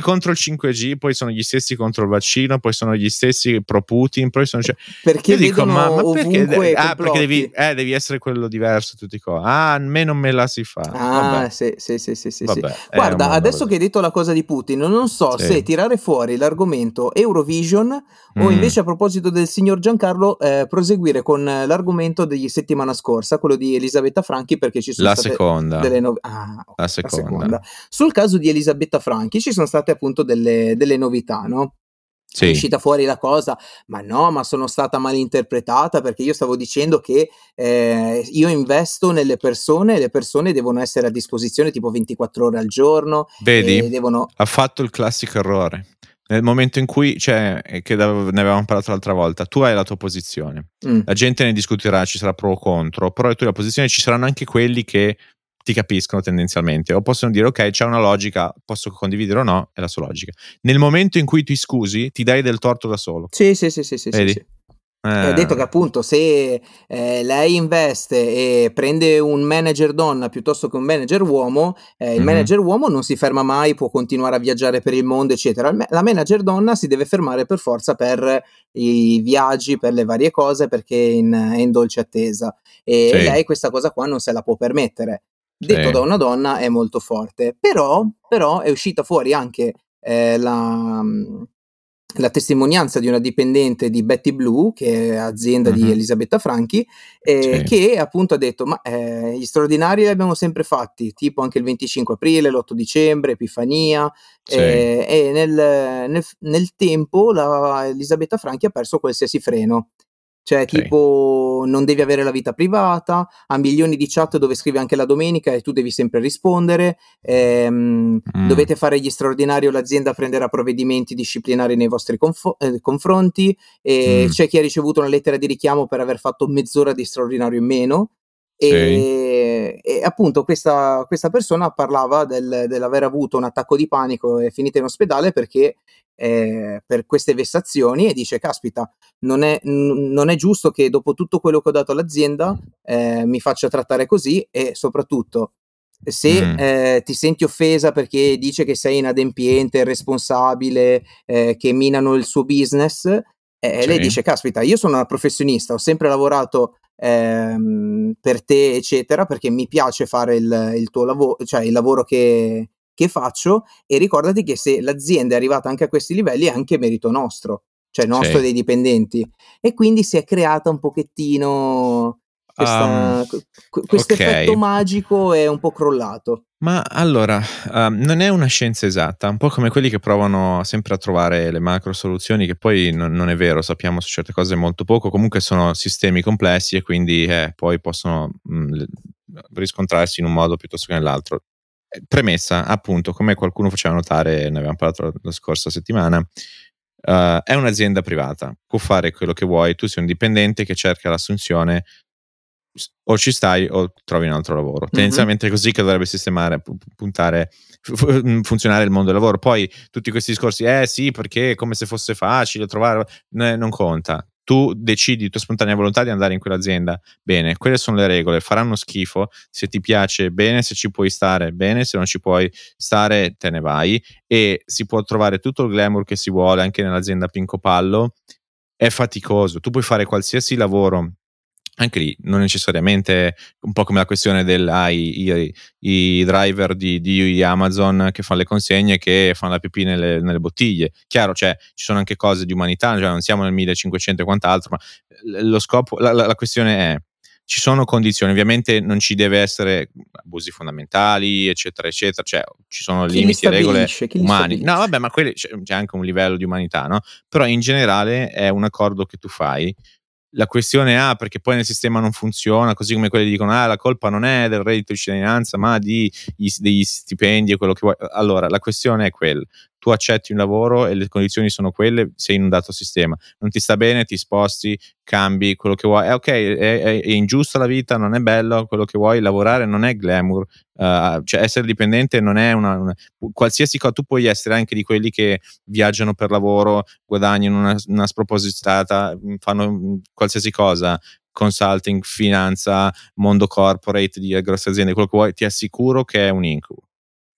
contro il cinque G, poi sono gli stessi contro il vaccino, poi sono gli stessi pro Putin, poi sono cioè, perché io dico ma, ma ovunque perché ah perché devi complotti. eh devi essere quello diverso, tutti co ah a me non me la si fa, vabbè Ah, sì, sì, sì, sì, sì, sì. vabbè è un Guarda, mondo adesso così. che hai detto la cosa di Putin, non so se Sì. tirare fuori l'argomento Eurovision o Mh. invece a proposito del signor Giancarlo, ehm, proseguire con l'argomento di settimana scorsa, quello di Elisabetta Franchi, perché ci son La state seconda, delle nov ah, la okay, la seconda. seconda. Sul caso di Elisabetta Franchi ci son state appunto delle delle novità, no, è Sì. uscita fuori la cosa: "Ma no, ma sono stata malinterpretata perché io stavo dicendo che, ehm, io investo nelle persone e le persone devono essere a disposizione tipo ventiquattro ore al giorno Vedi? e devono". Ha fatto il classico errore. Nel momento in cui cioè, ehm, che l'avev ne avevamo parlato l'altra volta, tu hai la tua posizione, Mh. la gente ne discuterà, ci sarà pro o contro, però tu hai la posizione, ci saranno anche quelli che ti capiscono tendenzialmente o possono dire: "Okay, c'è una logica, posso condividere o no, è la sua logica." Nel momento in cui ti scusi, ti dai del torto da solo. Sì, sì, sì, sì, sì, sì, Vedi? sì. E ha detto che Eh. appunto se, ehm, lei investe e prende un manager donna piuttosto che un manager uomo, ehm, il Mh-mh. manager uomo non si ferma mai, può continuare a viaggiare per il mondo, eccetera. Il me la manager donna si deve fermare per forza per i viaggi, per le varie cose, perché è in è in dolce attesa. E Sì, lei questa cosa qua non se la può permettere. Detto sì. da una donna è molto forte. Però però è uscita fuori anche, ehm, la mhmm la testimonianza di una dipendente di Betty Blue, che è azienda di Mh-mh. Elisabetta Franchi, ehm, Sì, che appunto ha detto: "Ma, ehm, gli straordinari li abbiamo sempre fatti, tipo anche il venticinque aprile, l'otto dicembre, Epifania, sì, ehm, e nel nel f nel tempo la Elisabetta Franchi ha perso qualsiasi freno. Cioè sì. tipo non devi avere la vita privata, ha milioni di chat dove scrive anche la domenica e tu devi sempre rispondere, ehm, Mh, dovete fare gli straordinari o l'azienda prenderà provvedimenti disciplinari nei vostri confo ehm, confronti, e mh, c'è chi ha ricevuto una lettera di richiamo per aver fatto mezz'ora di straordinario in meno. sì, Ehm, e appunto questa questa persona parlava del dell'aver avuto un attacco di panico e è finita in ospedale perché, ehm, per queste vessazioni, e dice: "Caspita, non è n non è giusto che dopo tutto quello che ho dato all'azienda, ehm, mi faccia trattare così, e soprattutto se, mh, ehm, ti senti offesa perché dice che sei inadempiente, irresponsabile, ehm, che minano il suo business". E lei sì, dice: "Caspita, io sono una professionista, ho sempre lavorato, ehm, per te, eccetera, perché mi piace fare il il tuo lavo cioè il lavoro che che faccio, e ricordati che se l'azienda è arrivata anche a questi livelli è anche merito nostro, cioè nostro e sì. dei dipendenti". E quindi si è creata un pochettino Uhm, questa q q quest'effetto okay. magico è un po' crollato. Ma allora, uhm, non è una scienza esatta, un po' come quelli che provano sempre a trovare le macro soluzioni, che poi non non è vero, sappiamo su certe cose molto poco, comunque sono sistemi complessi e quindi, eh, poi possono, mhmm, l riscontrarsi in un modo piuttosto che nell'altro. Ehm, premessa, appunto, come qualcuno faceva notare, ne avevam parlato la la scorsa settimana, uhm, è un'azienda privata, può fare quello che vuoi, tu sei un dipendente che cerca l'assunzione, s o ci stai o trovi un altro lavoro. Mh-mh. Tendenzialmente è così che dovrebbe sistemare pu pu puntare fu fu mhmm, funzionare il mondo del lavoro. Poi tutti questi discorsi: "Eh sì, perché è come se fosse facile trovare", ne non conta. Tu decidi di tua spontanea volontà di andare in quell'azienda, bene, quelle son le regole, faranno schifo, se ti piace bene, se ci puoi stare bene, se non ci puoi stare te ne vai e si può trovare tutto il glamour che si vuole anche nell'azienda Pinco Pallo, è faticoso. Tu puoi fare qualsiasi lavoro, anche lì non necessariamente un po' come la questione del ah, i i i driver di di Amazon che fan le consegne, che fan la pipì nelle nelle bottiglie. Chiaro, cioè ci sono anche cose di umanità, cioè non siamo nel millecinquecento e quant'altro, ma l lo scopo la la la questione è: ci sono condizioni, ovviamente non ci deve essere abusi fondamentali, eccetera, eccetera, cioè ci sono Chi li limiti e regole stabilisce? Chi li umani. No stabilisce? vabbè, ma quelli c'è c'è anche un livello di umanità, no, però in generale è un accordo che tu fai. La questione è: "Ah, perché poi nel sistema non funziona", così come quelli dicono: "Ah, la colpa non è del reddito di cittadinanza, ma di gli s degli stipendi e quello che vuoi". Allora, la questione è quella: tu accetti un lavoro e le condizioni sono quelle, sei in un dato sistema. Non ti sta bene, ti sposti, cambi, quello che vuoi. Eh, okay, è è è ingiusta la vita, non è bello, quello che vuoi, lavorare non è glamour, uhm, cioè essere dipendente non è una una qualsiasi co tu puoi essere anche di quelli che viaggiano per lavoro, guadagnano una s una spropositata, mhmm, fanno, mhmm, qualsiasi cosa, consulting, finanza, mondo corporate di grosse aziende, quello che vuoi, ti assicuro che è un incubo.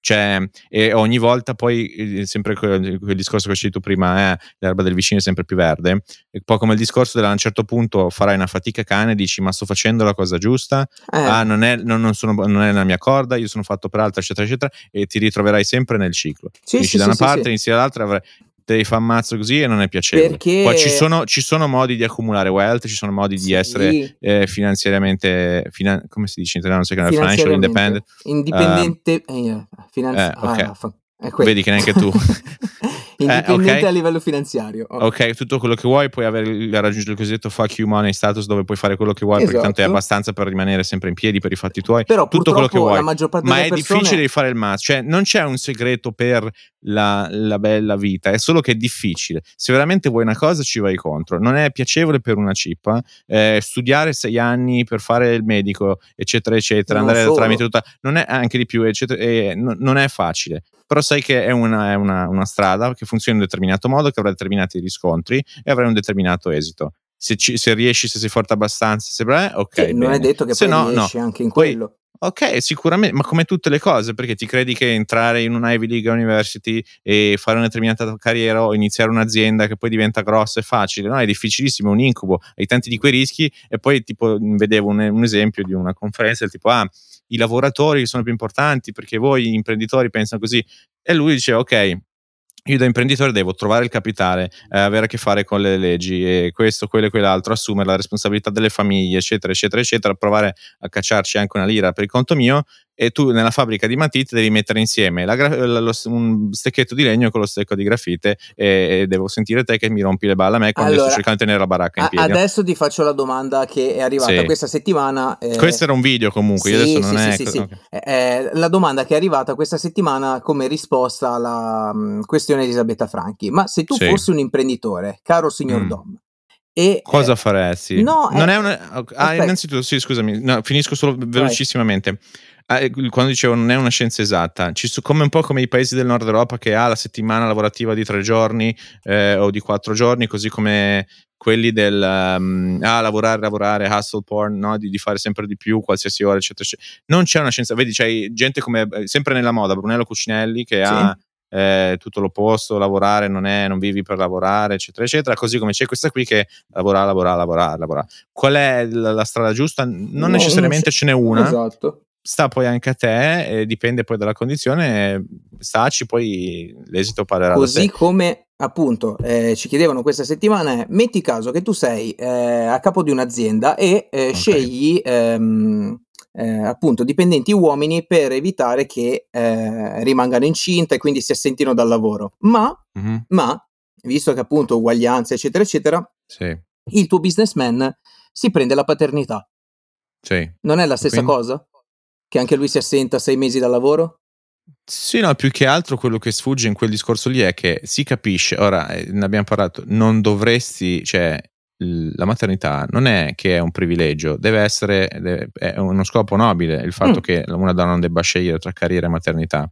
Cioè, e ogni volta poi, sempre quel, quel discorso che hai detto prima, eh, l'erba del vicino è sempre più verde, e poi come il discorso da un certo punto farai una fatica cane e dici ma sto facendo la cosa giusta, Eh. ah non è, non, non, sono, non è la mia corda, io sono fatto per altro, eccetera eccetera, e ti ritroverai sempre nel ciclo. Sì, Inizi sì, da sì, una sì, parte, sì. inizi dall'altra, avrai, devi fare un mazzo così e non è piacevole. Perché poi ci sono, ci sono modi di accumulare wealth, ci sono modi sì. di essere eh, finanziariamente finan- come si dice in italiano, financial independent, indipendente uh, eh, finanzi- eh, ok. ah, fa- è vedi che neanche tu indipendente eh, okay. a livello finanziario, ok, tutto quello che vuoi, puoi avere raggiungere il cosiddetto fuck you money status, dove puoi fare quello che vuoi, esatto. perché tanto è abbastanza per rimanere sempre in piedi per i fatti tuoi, però tutto quello che vuoi, la maggior parte ma delle è persone... difficile di fare il mazzo, cioè non c'è un segreto per la, la bella vita, è solo che è difficile. Se veramente vuoi una cosa ci vai contro, non è piacevole per una cippa eh, studiare sei anni per fare il medico, eccetera eccetera, non andare solo. tramite tutta, non è anche di più, eccetera, eh, no, non è facile. Però sai che è una, è una, una strada che funziona in un determinato modo, che avrà determinati riscontri e avrai un determinato esito. Se, ci, se riesci, se sei forte abbastanza, se beh, ok, sì, bene. Non è detto che se poi no, riesci no. anche in poi, quello. Ok, sicuramente, ma come tutte le cose, perché ti credi che entrare in una Ivy League University e fare una determinata carriera o iniziare un'azienda che poi diventa grossa è facile? No, è difficilissimo, è un incubo, hai tanti di quei rischi. E poi tipo vedevo un, un esempio di una conferenza del tipo, ah, i lavoratori sono più importanti perché voi imprenditori pensano così, e lui dice ok, io da imprenditore devo trovare il capitale, eh, avere a che fare con le leggi e questo, quello e quell'altro, assumere la responsabilità delle famiglie, eccetera eccetera eccetera, provare a cacciarci anche una lira per il conto mio, e tu nella fabbrica di matite devi mettere insieme la gra- lo, un stecchetto di legno con lo stecco di grafite, e, e devo sentire te che mi rompi le balle a me quando allora, sto cercando di tenere la baracca in piedi. Adesso ti faccio la domanda che è arrivata sì. questa settimana. Eh, Questo era un video comunque, sì, io adesso non sì, è... Sì, sì, sì. Okay. Eh, la domanda che è arrivata questa settimana come risposta alla mh, questione di Elisabetta Franchi. Ma se tu sì. fossi un imprenditore, caro signor mm. Dom, e... Cosa eh, faresti? No, non eh, è una... ah, innanzitutto, sì, scusami, no, finisco solo velocissimamente. Ah, quando dicevo non è una scienza esatta, ci so, come un po' come i paesi del nord Europa che ha la settimana lavorativa di tre giorni eh, o di quattro giorni, così come quelli del um, ah, lavorare, lavorare, hustle porn, no? di, di fare sempre di più, qualsiasi ora, eccetera, eccetera. Non c'è una scienza, vedi, c'è gente come, sempre nella moda, Brunello Cucinelli, che sì. ha eh, tutto l'opposto, lavorare non è, non vivi per lavorare, eccetera, eccetera, così come c'è questa qui che lavora, lavora, lavora, lavora. Qual è la, la strada giusta? Non no, necessariamente ce n'è una. Esatto. Sta poi anche a te, e dipende poi dalla condizione, staci, poi l'esito parlerà da sé. Così come appunto eh, ci chiedevano questa settimana è, metti caso che tu sei eh, a capo di un'azienda e eh, okay. scegli ehm, eh, appunto dipendenti uomini per evitare che eh, rimangano incinta e quindi si assentino dal lavoro, ma, mm-hmm. ma visto che appunto uguaglianza eccetera eccetera, sì. il tuo businessman si prende la paternità. Sì. Non è la stessa quindi... cosa? Che anche lui si assenta sei mesi dal lavoro? Sì, no, più che altro quello che sfugge in quel discorso lì è che si capisce, ora eh, ne abbiamo parlato, non dovresti, cioè l- la maternità non è che è un privilegio, deve essere, deve, è uno scopo nobile il fatto mm. che una donna non debba scegliere tra carriera e maternità.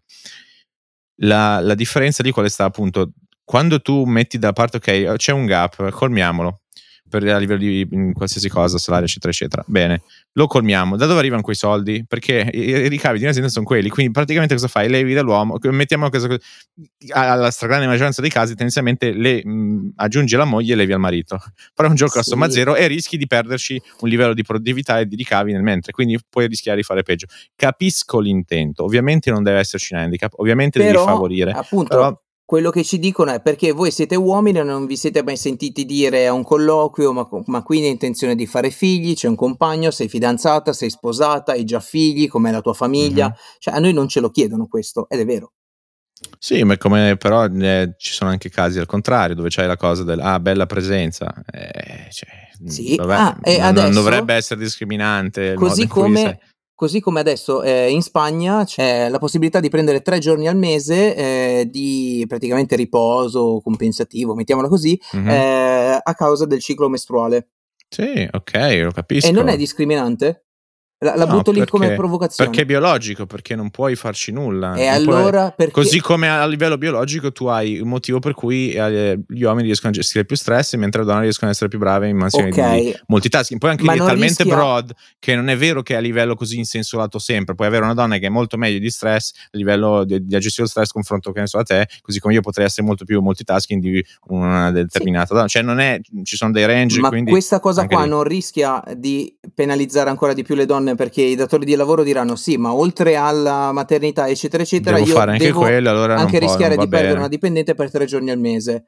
La, la differenza di quale sta appunto, quando tu metti da parte, ok, c'è un gap, colmiamolo, per a livello di qualsiasi cosa, salario eccetera eccetera, bene, lo colmiamo, da dove arrivano quei soldi? Perché i ricavi di un'azienda sono quelli, quindi praticamente cosa fai? Levi dall'uomo, mettiamo cosa, alla stragrande maggioranza dei casi tendenzialmente le mh, aggiungi alla moglie e levi al marito, però è un gioco a somma zero e rischi di perderci un livello di produttività e di ricavi nel mentre, quindi puoi rischiare di fare peggio. Capisco l'intento, ovviamente non deve esserci un handicap, ovviamente però, devi favorire, appunto, però quello che ci dicono è perché voi siete uomini e non vi siete mai sentiti dire a un colloquio ma, ma quindi hai intenzione di fare figli, c'è un compagno, sei fidanzata, sei sposata, hai già figli, com'è la tua famiglia, mm-hmm. cioè a noi non ce lo chiedono questo ed è vero. Sì, ma come però eh, ci sono anche casi al contrario dove c'hai la cosa del ah bella presenza, eh, cioè, sì. vabbè, ah, e non, adesso, non dovrebbe essere discriminante il così modo in come cui sei. Così come adesso eh, in Spagna c'è la possibilità di prendere tre giorni al mese eh, di praticamente riposo compensativo, mettiamola così, mm-hmm. eh, a causa del ciclo mestruale. Sì, ok, lo capisco. E non è discriminante? La, la No, butto lì come perché, provocazione. perché è biologico, perché non puoi farci nulla. E non puoi- allora perché... Così come a livello biologico tu hai un motivo per cui eh, gli uomini riescono a gestire più stress, mentre le donne riescono ad essere più brave in mansioni Ok. di multitasking. Poi anche Ma lì è non talmente rischia- broad che non è vero che a livello così in senso lato sempre. Puoi avere una donna che è molto meglio di stress a livello di, di gestire lo stress confronto che ne so a te, così come io potrei essere molto più multitasking di una determinata donna. Cioè non è, ci sono dei range, Ma quindi questa cosa anche qua lì. non rischia di penalizzare ancora di più le donne, perché i datori di lavoro diranno sì, ma oltre alla maternità eccetera eccetera Devo io fare anche devo quello, allora non anche può, non rischiare va di perdere bene. una dipendente per tre giorni al mese.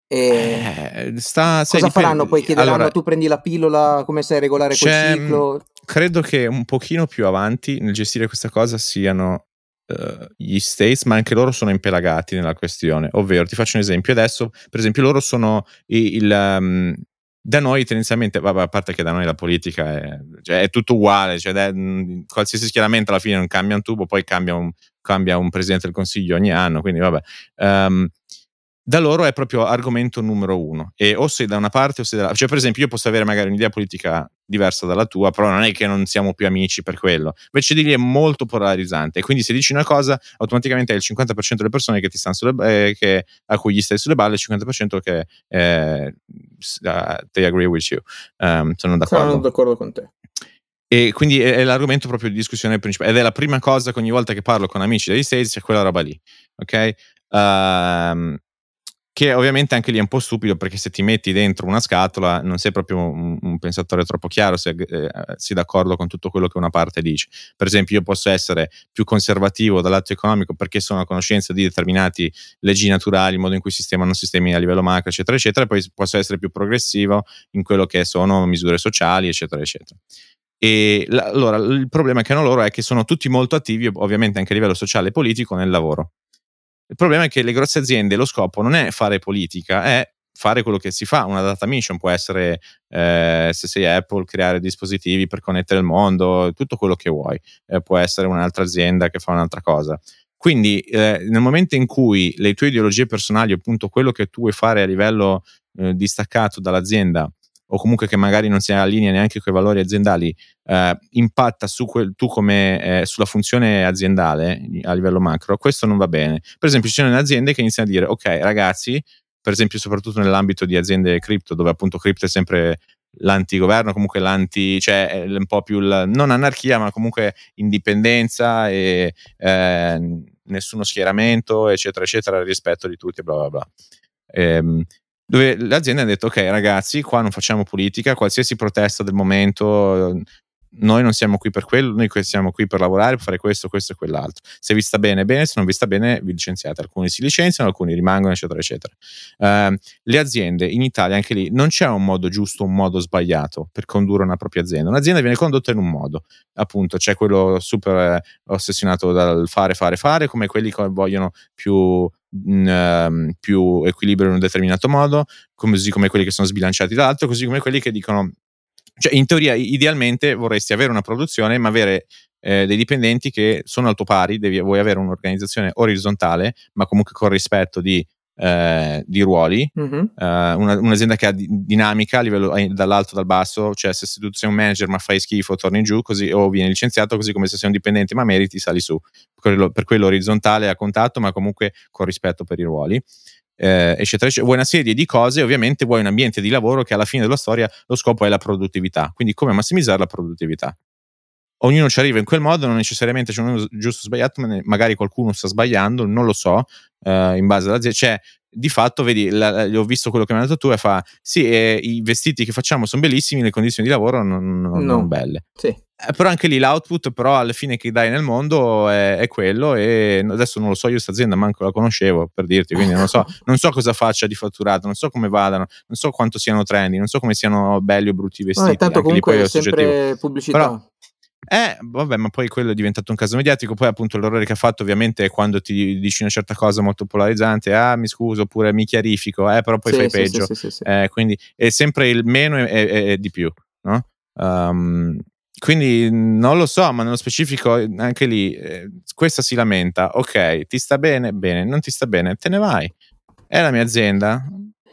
E Eh, sta, sai, cosa dipende- faranno? Poi chiederanno allora, tu prendi la pillola, come sai regolare quel c'è, ciclo? credo che un pochino più avanti nel gestire questa cosa siano eh, gli States, ma anche loro sono impelagati nella questione. Ovvero, ti faccio un esempio. Adesso, per esempio, loro sono i- il... um, da noi tendenzialmente, vabbè, a parte che da noi la politica è, cioè, è tutto uguale, cioè, da- mh, qualsiasi schieramento alla fine non cambia un tubo, poi cambia un, cambia un presidente del consiglio ogni anno, quindi vabbè. Um, da loro è proprio argomento numero uno, e o sei da una parte o sei dall'altra. Cioè, per esempio, io posso avere magari un'idea politica diversa dalla tua, però non è che non siamo più amici per quello. Invece di lì è molto polarizzante, e quindi se dici una cosa automaticamente hai il cinquanta per cento delle persone che ti stanno sulle, eh, che, a cui gli stai sulle balle, e il cinquanta per cento che eh, uh, they agree with you, um, sono d'accordo. Sono d'accordo con te. E quindi è, è l'argomento proprio di discussione principale, ed è la prima cosa che ogni volta che parlo con amici degli States c'è quella roba lì, ok? Um, che ovviamente anche lì è un po' stupido, perché se ti metti dentro una scatola non sei proprio un, un pensatore troppo chiaro se eh, sei d'accordo con tutto quello che una parte dice. Per esempio, io posso essere più conservativo dal lato economico perché sono a conoscenza di determinati leggi naturali, il modo in cui si sistemano sistemi a livello macro eccetera eccetera, e poi posso essere più progressivo in quello che sono misure sociali eccetera eccetera. E la, allora il problema che hanno loro è che sono tutti molto attivi, ovviamente anche a livello sociale e politico, nel lavoro. Il problema è che le grosse aziende, lo scopo non è fare politica, è fare quello che si fa. Una data mission può essere, eh, se sei Apple, creare dispositivi per connettere il mondo, tutto quello che vuoi. Eh, può essere un'altra azienda che fa un'altra cosa. Quindi eh, nel momento in cui le tue ideologie personali, appunto quello che tu vuoi fare a livello eh, distaccato dall'azienda, o comunque che magari non si allinea neanche con i valori aziendali, eh, impatta su quel, tu come eh, sulla funzione aziendale a livello macro, questo non va bene. Per esempio, ci sono delle aziende che iniziano a dire: ok ragazzi, per esempio soprattutto nell'ambito di aziende cripto, dove appunto cripto è sempre l'antigoverno, comunque l'anti, cioè è un po' più il, non anarchia, ma comunque indipendenza e eh, nessuno schieramento eccetera eccetera, rispetto di tutti, bla bla bla. Ehm, dove l'azienda ha detto: ok ragazzi, qua non facciamo politica, qualsiasi protesta del momento, noi non siamo qui per quello, noi siamo qui per lavorare, per fare questo, questo e quell'altro. Se vi sta bene, bene, se non vi sta bene, vi licenziate. Alcuni si licenziano, alcuni rimangono, eccetera, eccetera. Uh, le aziende in Italia, anche lì, non c'è un modo giusto, un modo sbagliato per condurre una propria azienda. Un'azienda viene condotta in un modo, appunto, c'è quello super eh, ossessionato dal fare, fare, fare, come quelli che vogliono più, mh, più equilibrio in un determinato modo, così come quelli che sono sbilanciati dall'altro, così come quelli che dicono, cioè in teoria idealmente vorresti avere una produzione ma avere eh, dei dipendenti che sono al tuo pari, devi, vuoi avere un'organizzazione orizzontale ma comunque con rispetto di, eh, di ruoli, Mm-hmm. uh, una, un'azienda che ha di, dinamica a livello dall'alto dal basso, cioè se tu sei un manager ma fai schifo torni giù così, o vieni licenziato, così come se sei un dipendente ma meriti sali su, quello, per quello orizzontale a contatto ma comunque con rispetto per i ruoli. Eh, eccetera, eccetera. Vuoi una serie di cose, ovviamente vuoi un ambiente di lavoro che alla fine della storia lo scopo è la produttività, quindi come massimizzare la produttività. Ognuno ci arriva in quel modo, non necessariamente c'è uno giusto o sbagliato, ma magari qualcuno sta sbagliando, non lo so, eh, in base all'azienda. Cioè, di fatto, vedi, la, ho visto quello che mi hai detto tu e fa, sì, eh, i vestiti che facciamo sono bellissimi, le condizioni di lavoro non, non, No. non belle. Sì. Eh, però anche lì l'output, però alla fine che dai nel mondo è, è quello, e adesso non lo so, io questa azienda manco la conoscevo, per dirti, quindi non so, non so cosa faccia di fatturato, non so come vadano, non so quanto siano trendy, non so come siano belli o brutti i vestiti. No, tanto anche comunque lì poi è è sempre soggettivo. pubblicità. Però, eh, vabbè, ma poi quello è diventato un caso mediatico. Poi appunto l'errore che ha fatto ovviamente è quando ti dici una certa cosa molto polarizzante, ah mi scuso, oppure mi chiarifico, eh però poi sì, fai sì, peggio, sì, sì, sì, sì. Eh, quindi è sempre il meno e, e, e di più, no? Um, quindi non lo so, ma nello specifico anche lì eh, questa si lamenta, ok, ti sta bene, bene, non ti sta bene, te ne vai, è la mia azienda,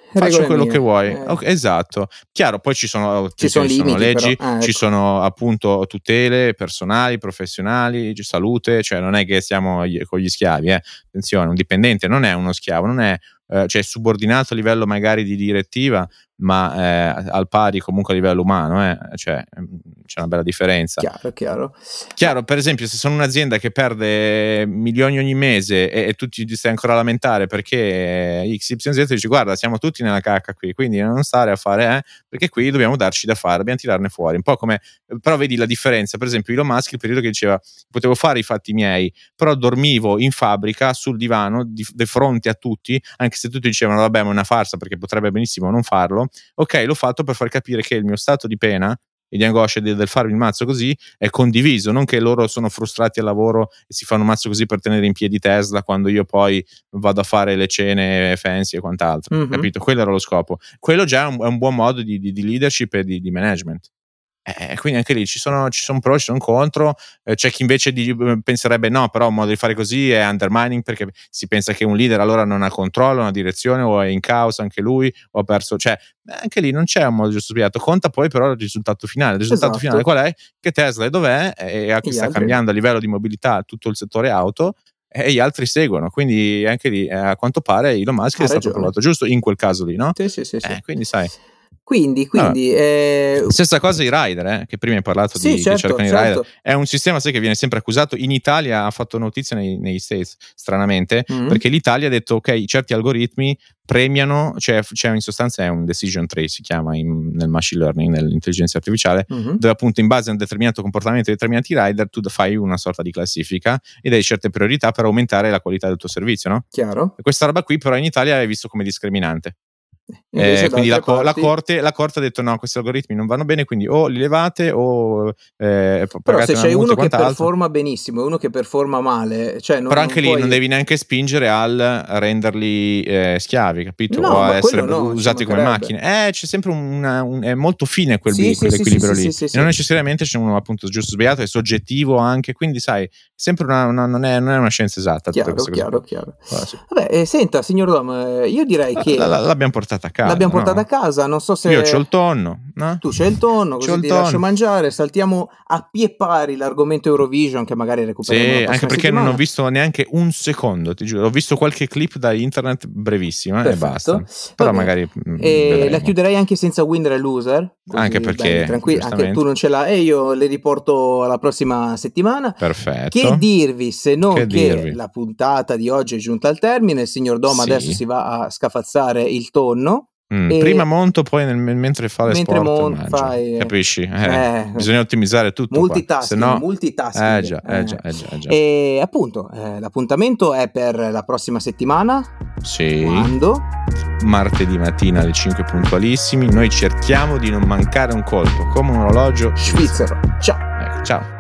faccio quello mie. che vuoi. Eh. Okay, esatto. Chiaro, poi ci sono, ci sono, ci limiti, sono leggi, però. Ah, ci ecco. sono appunto tutele personali, professionali, salute, cioè non è che siamo con gli schiavi, eh. Attenzione, un dipendente non è uno schiavo, non è eh, cioè subordinato a livello magari di direttiva, ma eh, al pari comunque a livello umano, eh. Cioè c'è una bella differenza. Chiaro, chiaro. Chiaro, per esempio, se sono un'azienda che perde milioni ogni mese e, e tu ti stai ancora a lamentare perché X Y Z dici guarda siamo tutti nella cacca qui, quindi non stare a fare eh, perché qui dobbiamo darci da fare, dobbiamo tirarne fuori un po' come, però vedi la differenza, per esempio Elon Musk il periodo che diceva potevo fare i fatti miei, però dormivo in fabbrica sul divano di, di fronte a tutti, anche se tutti dicevano vabbè ma è una farsa perché potrebbe benissimo non farlo, ok l'ho fatto per far capire che il mio stato di pena e di angoscia del, del farmi il mazzo così è condiviso, non che loro sono frustrati al lavoro e si fanno un mazzo così per tenere in piedi Tesla quando io poi vado a fare le cene fancy e quant'altro, mm-hmm. Capito? Quello era lo scopo, quello già è un, è un buon modo di, di, di leadership e di, di management. Eh, quindi anche lì ci sono, ci sono pro, ci sono contro, eh, c'è chi invece di, penserebbe no, però il modo di fare così è undermining perché si pensa che un leader allora non ha controllo, una direzione o è in caos anche lui o ha perso, cioè anche lì non c'è un modo giusto spiegato, conta poi però il risultato finale, il risultato esatto. finale qual è? Che Tesla è dov'è e a, sta altri? Cambiando a livello di mobilità tutto il settore auto e gli altri seguono, quindi anche lì a quanto pare Elon Musk ha è ragione. Stato provato giusto in quel caso lì, no? Sì, sì, sì, sì. Eh, quindi sai Quindi, quindi eh... stessa cosa i rider, eh, che prima hai parlato sì, di certo, che cercano certo. i rider. È un sistema sai, che viene sempre accusato. In Italia ha fatto notizia nei, nei States, stranamente, mm-hmm. perché l'Italia ha detto ok, certi algoritmi premiano, cioè, cioè in sostanza è un decision tree, si chiama in, nel machine learning, nell'intelligenza artificiale, mm-hmm. dove appunto in base a un determinato comportamento di determinati rider tu fai una sorta di classifica e dai certe priorità per aumentare la qualità del tuo servizio, no? Chiaro. E questa roba qui però in Italia è visto come discriminante. Eh, quindi la, co- la, corte, la corte ha detto no, questi algoritmi non vanno bene, quindi o li levate o eh, però se c'è uno che performa benissimo e uno che performa male, cioè non, però anche non lì puoi... non devi neanche spingere al renderli eh, schiavi, capito? No, o a essere no, usati come macchine, eh, c'è sempre una, un, è molto fine quel sì, bi- sì, quell'equilibrio sì, lì sì, sì, e sì, non sì. necessariamente c'è uno appunto giusto sbagliato, è soggettivo anche, quindi sai sempre una, una, non, è, non è una scienza esatta chiaro, tutte chiaro, chiaro. Allora, sì. Vabbè, eh, senta signor Dom, io direi la, che la, la, l'abbiamo portata a casa, l'abbiamo portata no? a casa, non so se io c'ho il tonno, no? Tu c'hai il tonno, così c'ho ti il tonno. lascio mangiare, saltiamo a pie pari l'argomento Eurovision che magari recuperiamo sì, la anche perché settimana. non ho visto neanche un secondo, ti giuro, ho visto qualche clip da internet brevissima e basta. Però Vabbè. magari e la chiuderei anche senza winner e loser, così anche perché tranquilli, anche tu non ce l'hai e io le riporto alla prossima settimana. Perfetto. Che dirvi se non che, che dirvi? La puntata di oggi è giunta al termine, il signor Dom sì. adesso si va a scafazzare il tonno. Mm, prima monto, poi nel, mentre fa le mentre sport mon- fai, capisci? Eh, eh, bisogna ottimizzare tutto multitasking, qua. Sennò... multitasking. Eh già, eh già, eh già, eh già. E appunto eh, l'appuntamento è per la prossima settimana. Sì. Quando? Martedì mattina alle cinque puntualissimi. Noi cerchiamo di non mancare un colpo come un orologio svizzero. Ciao. Ecco, ciao.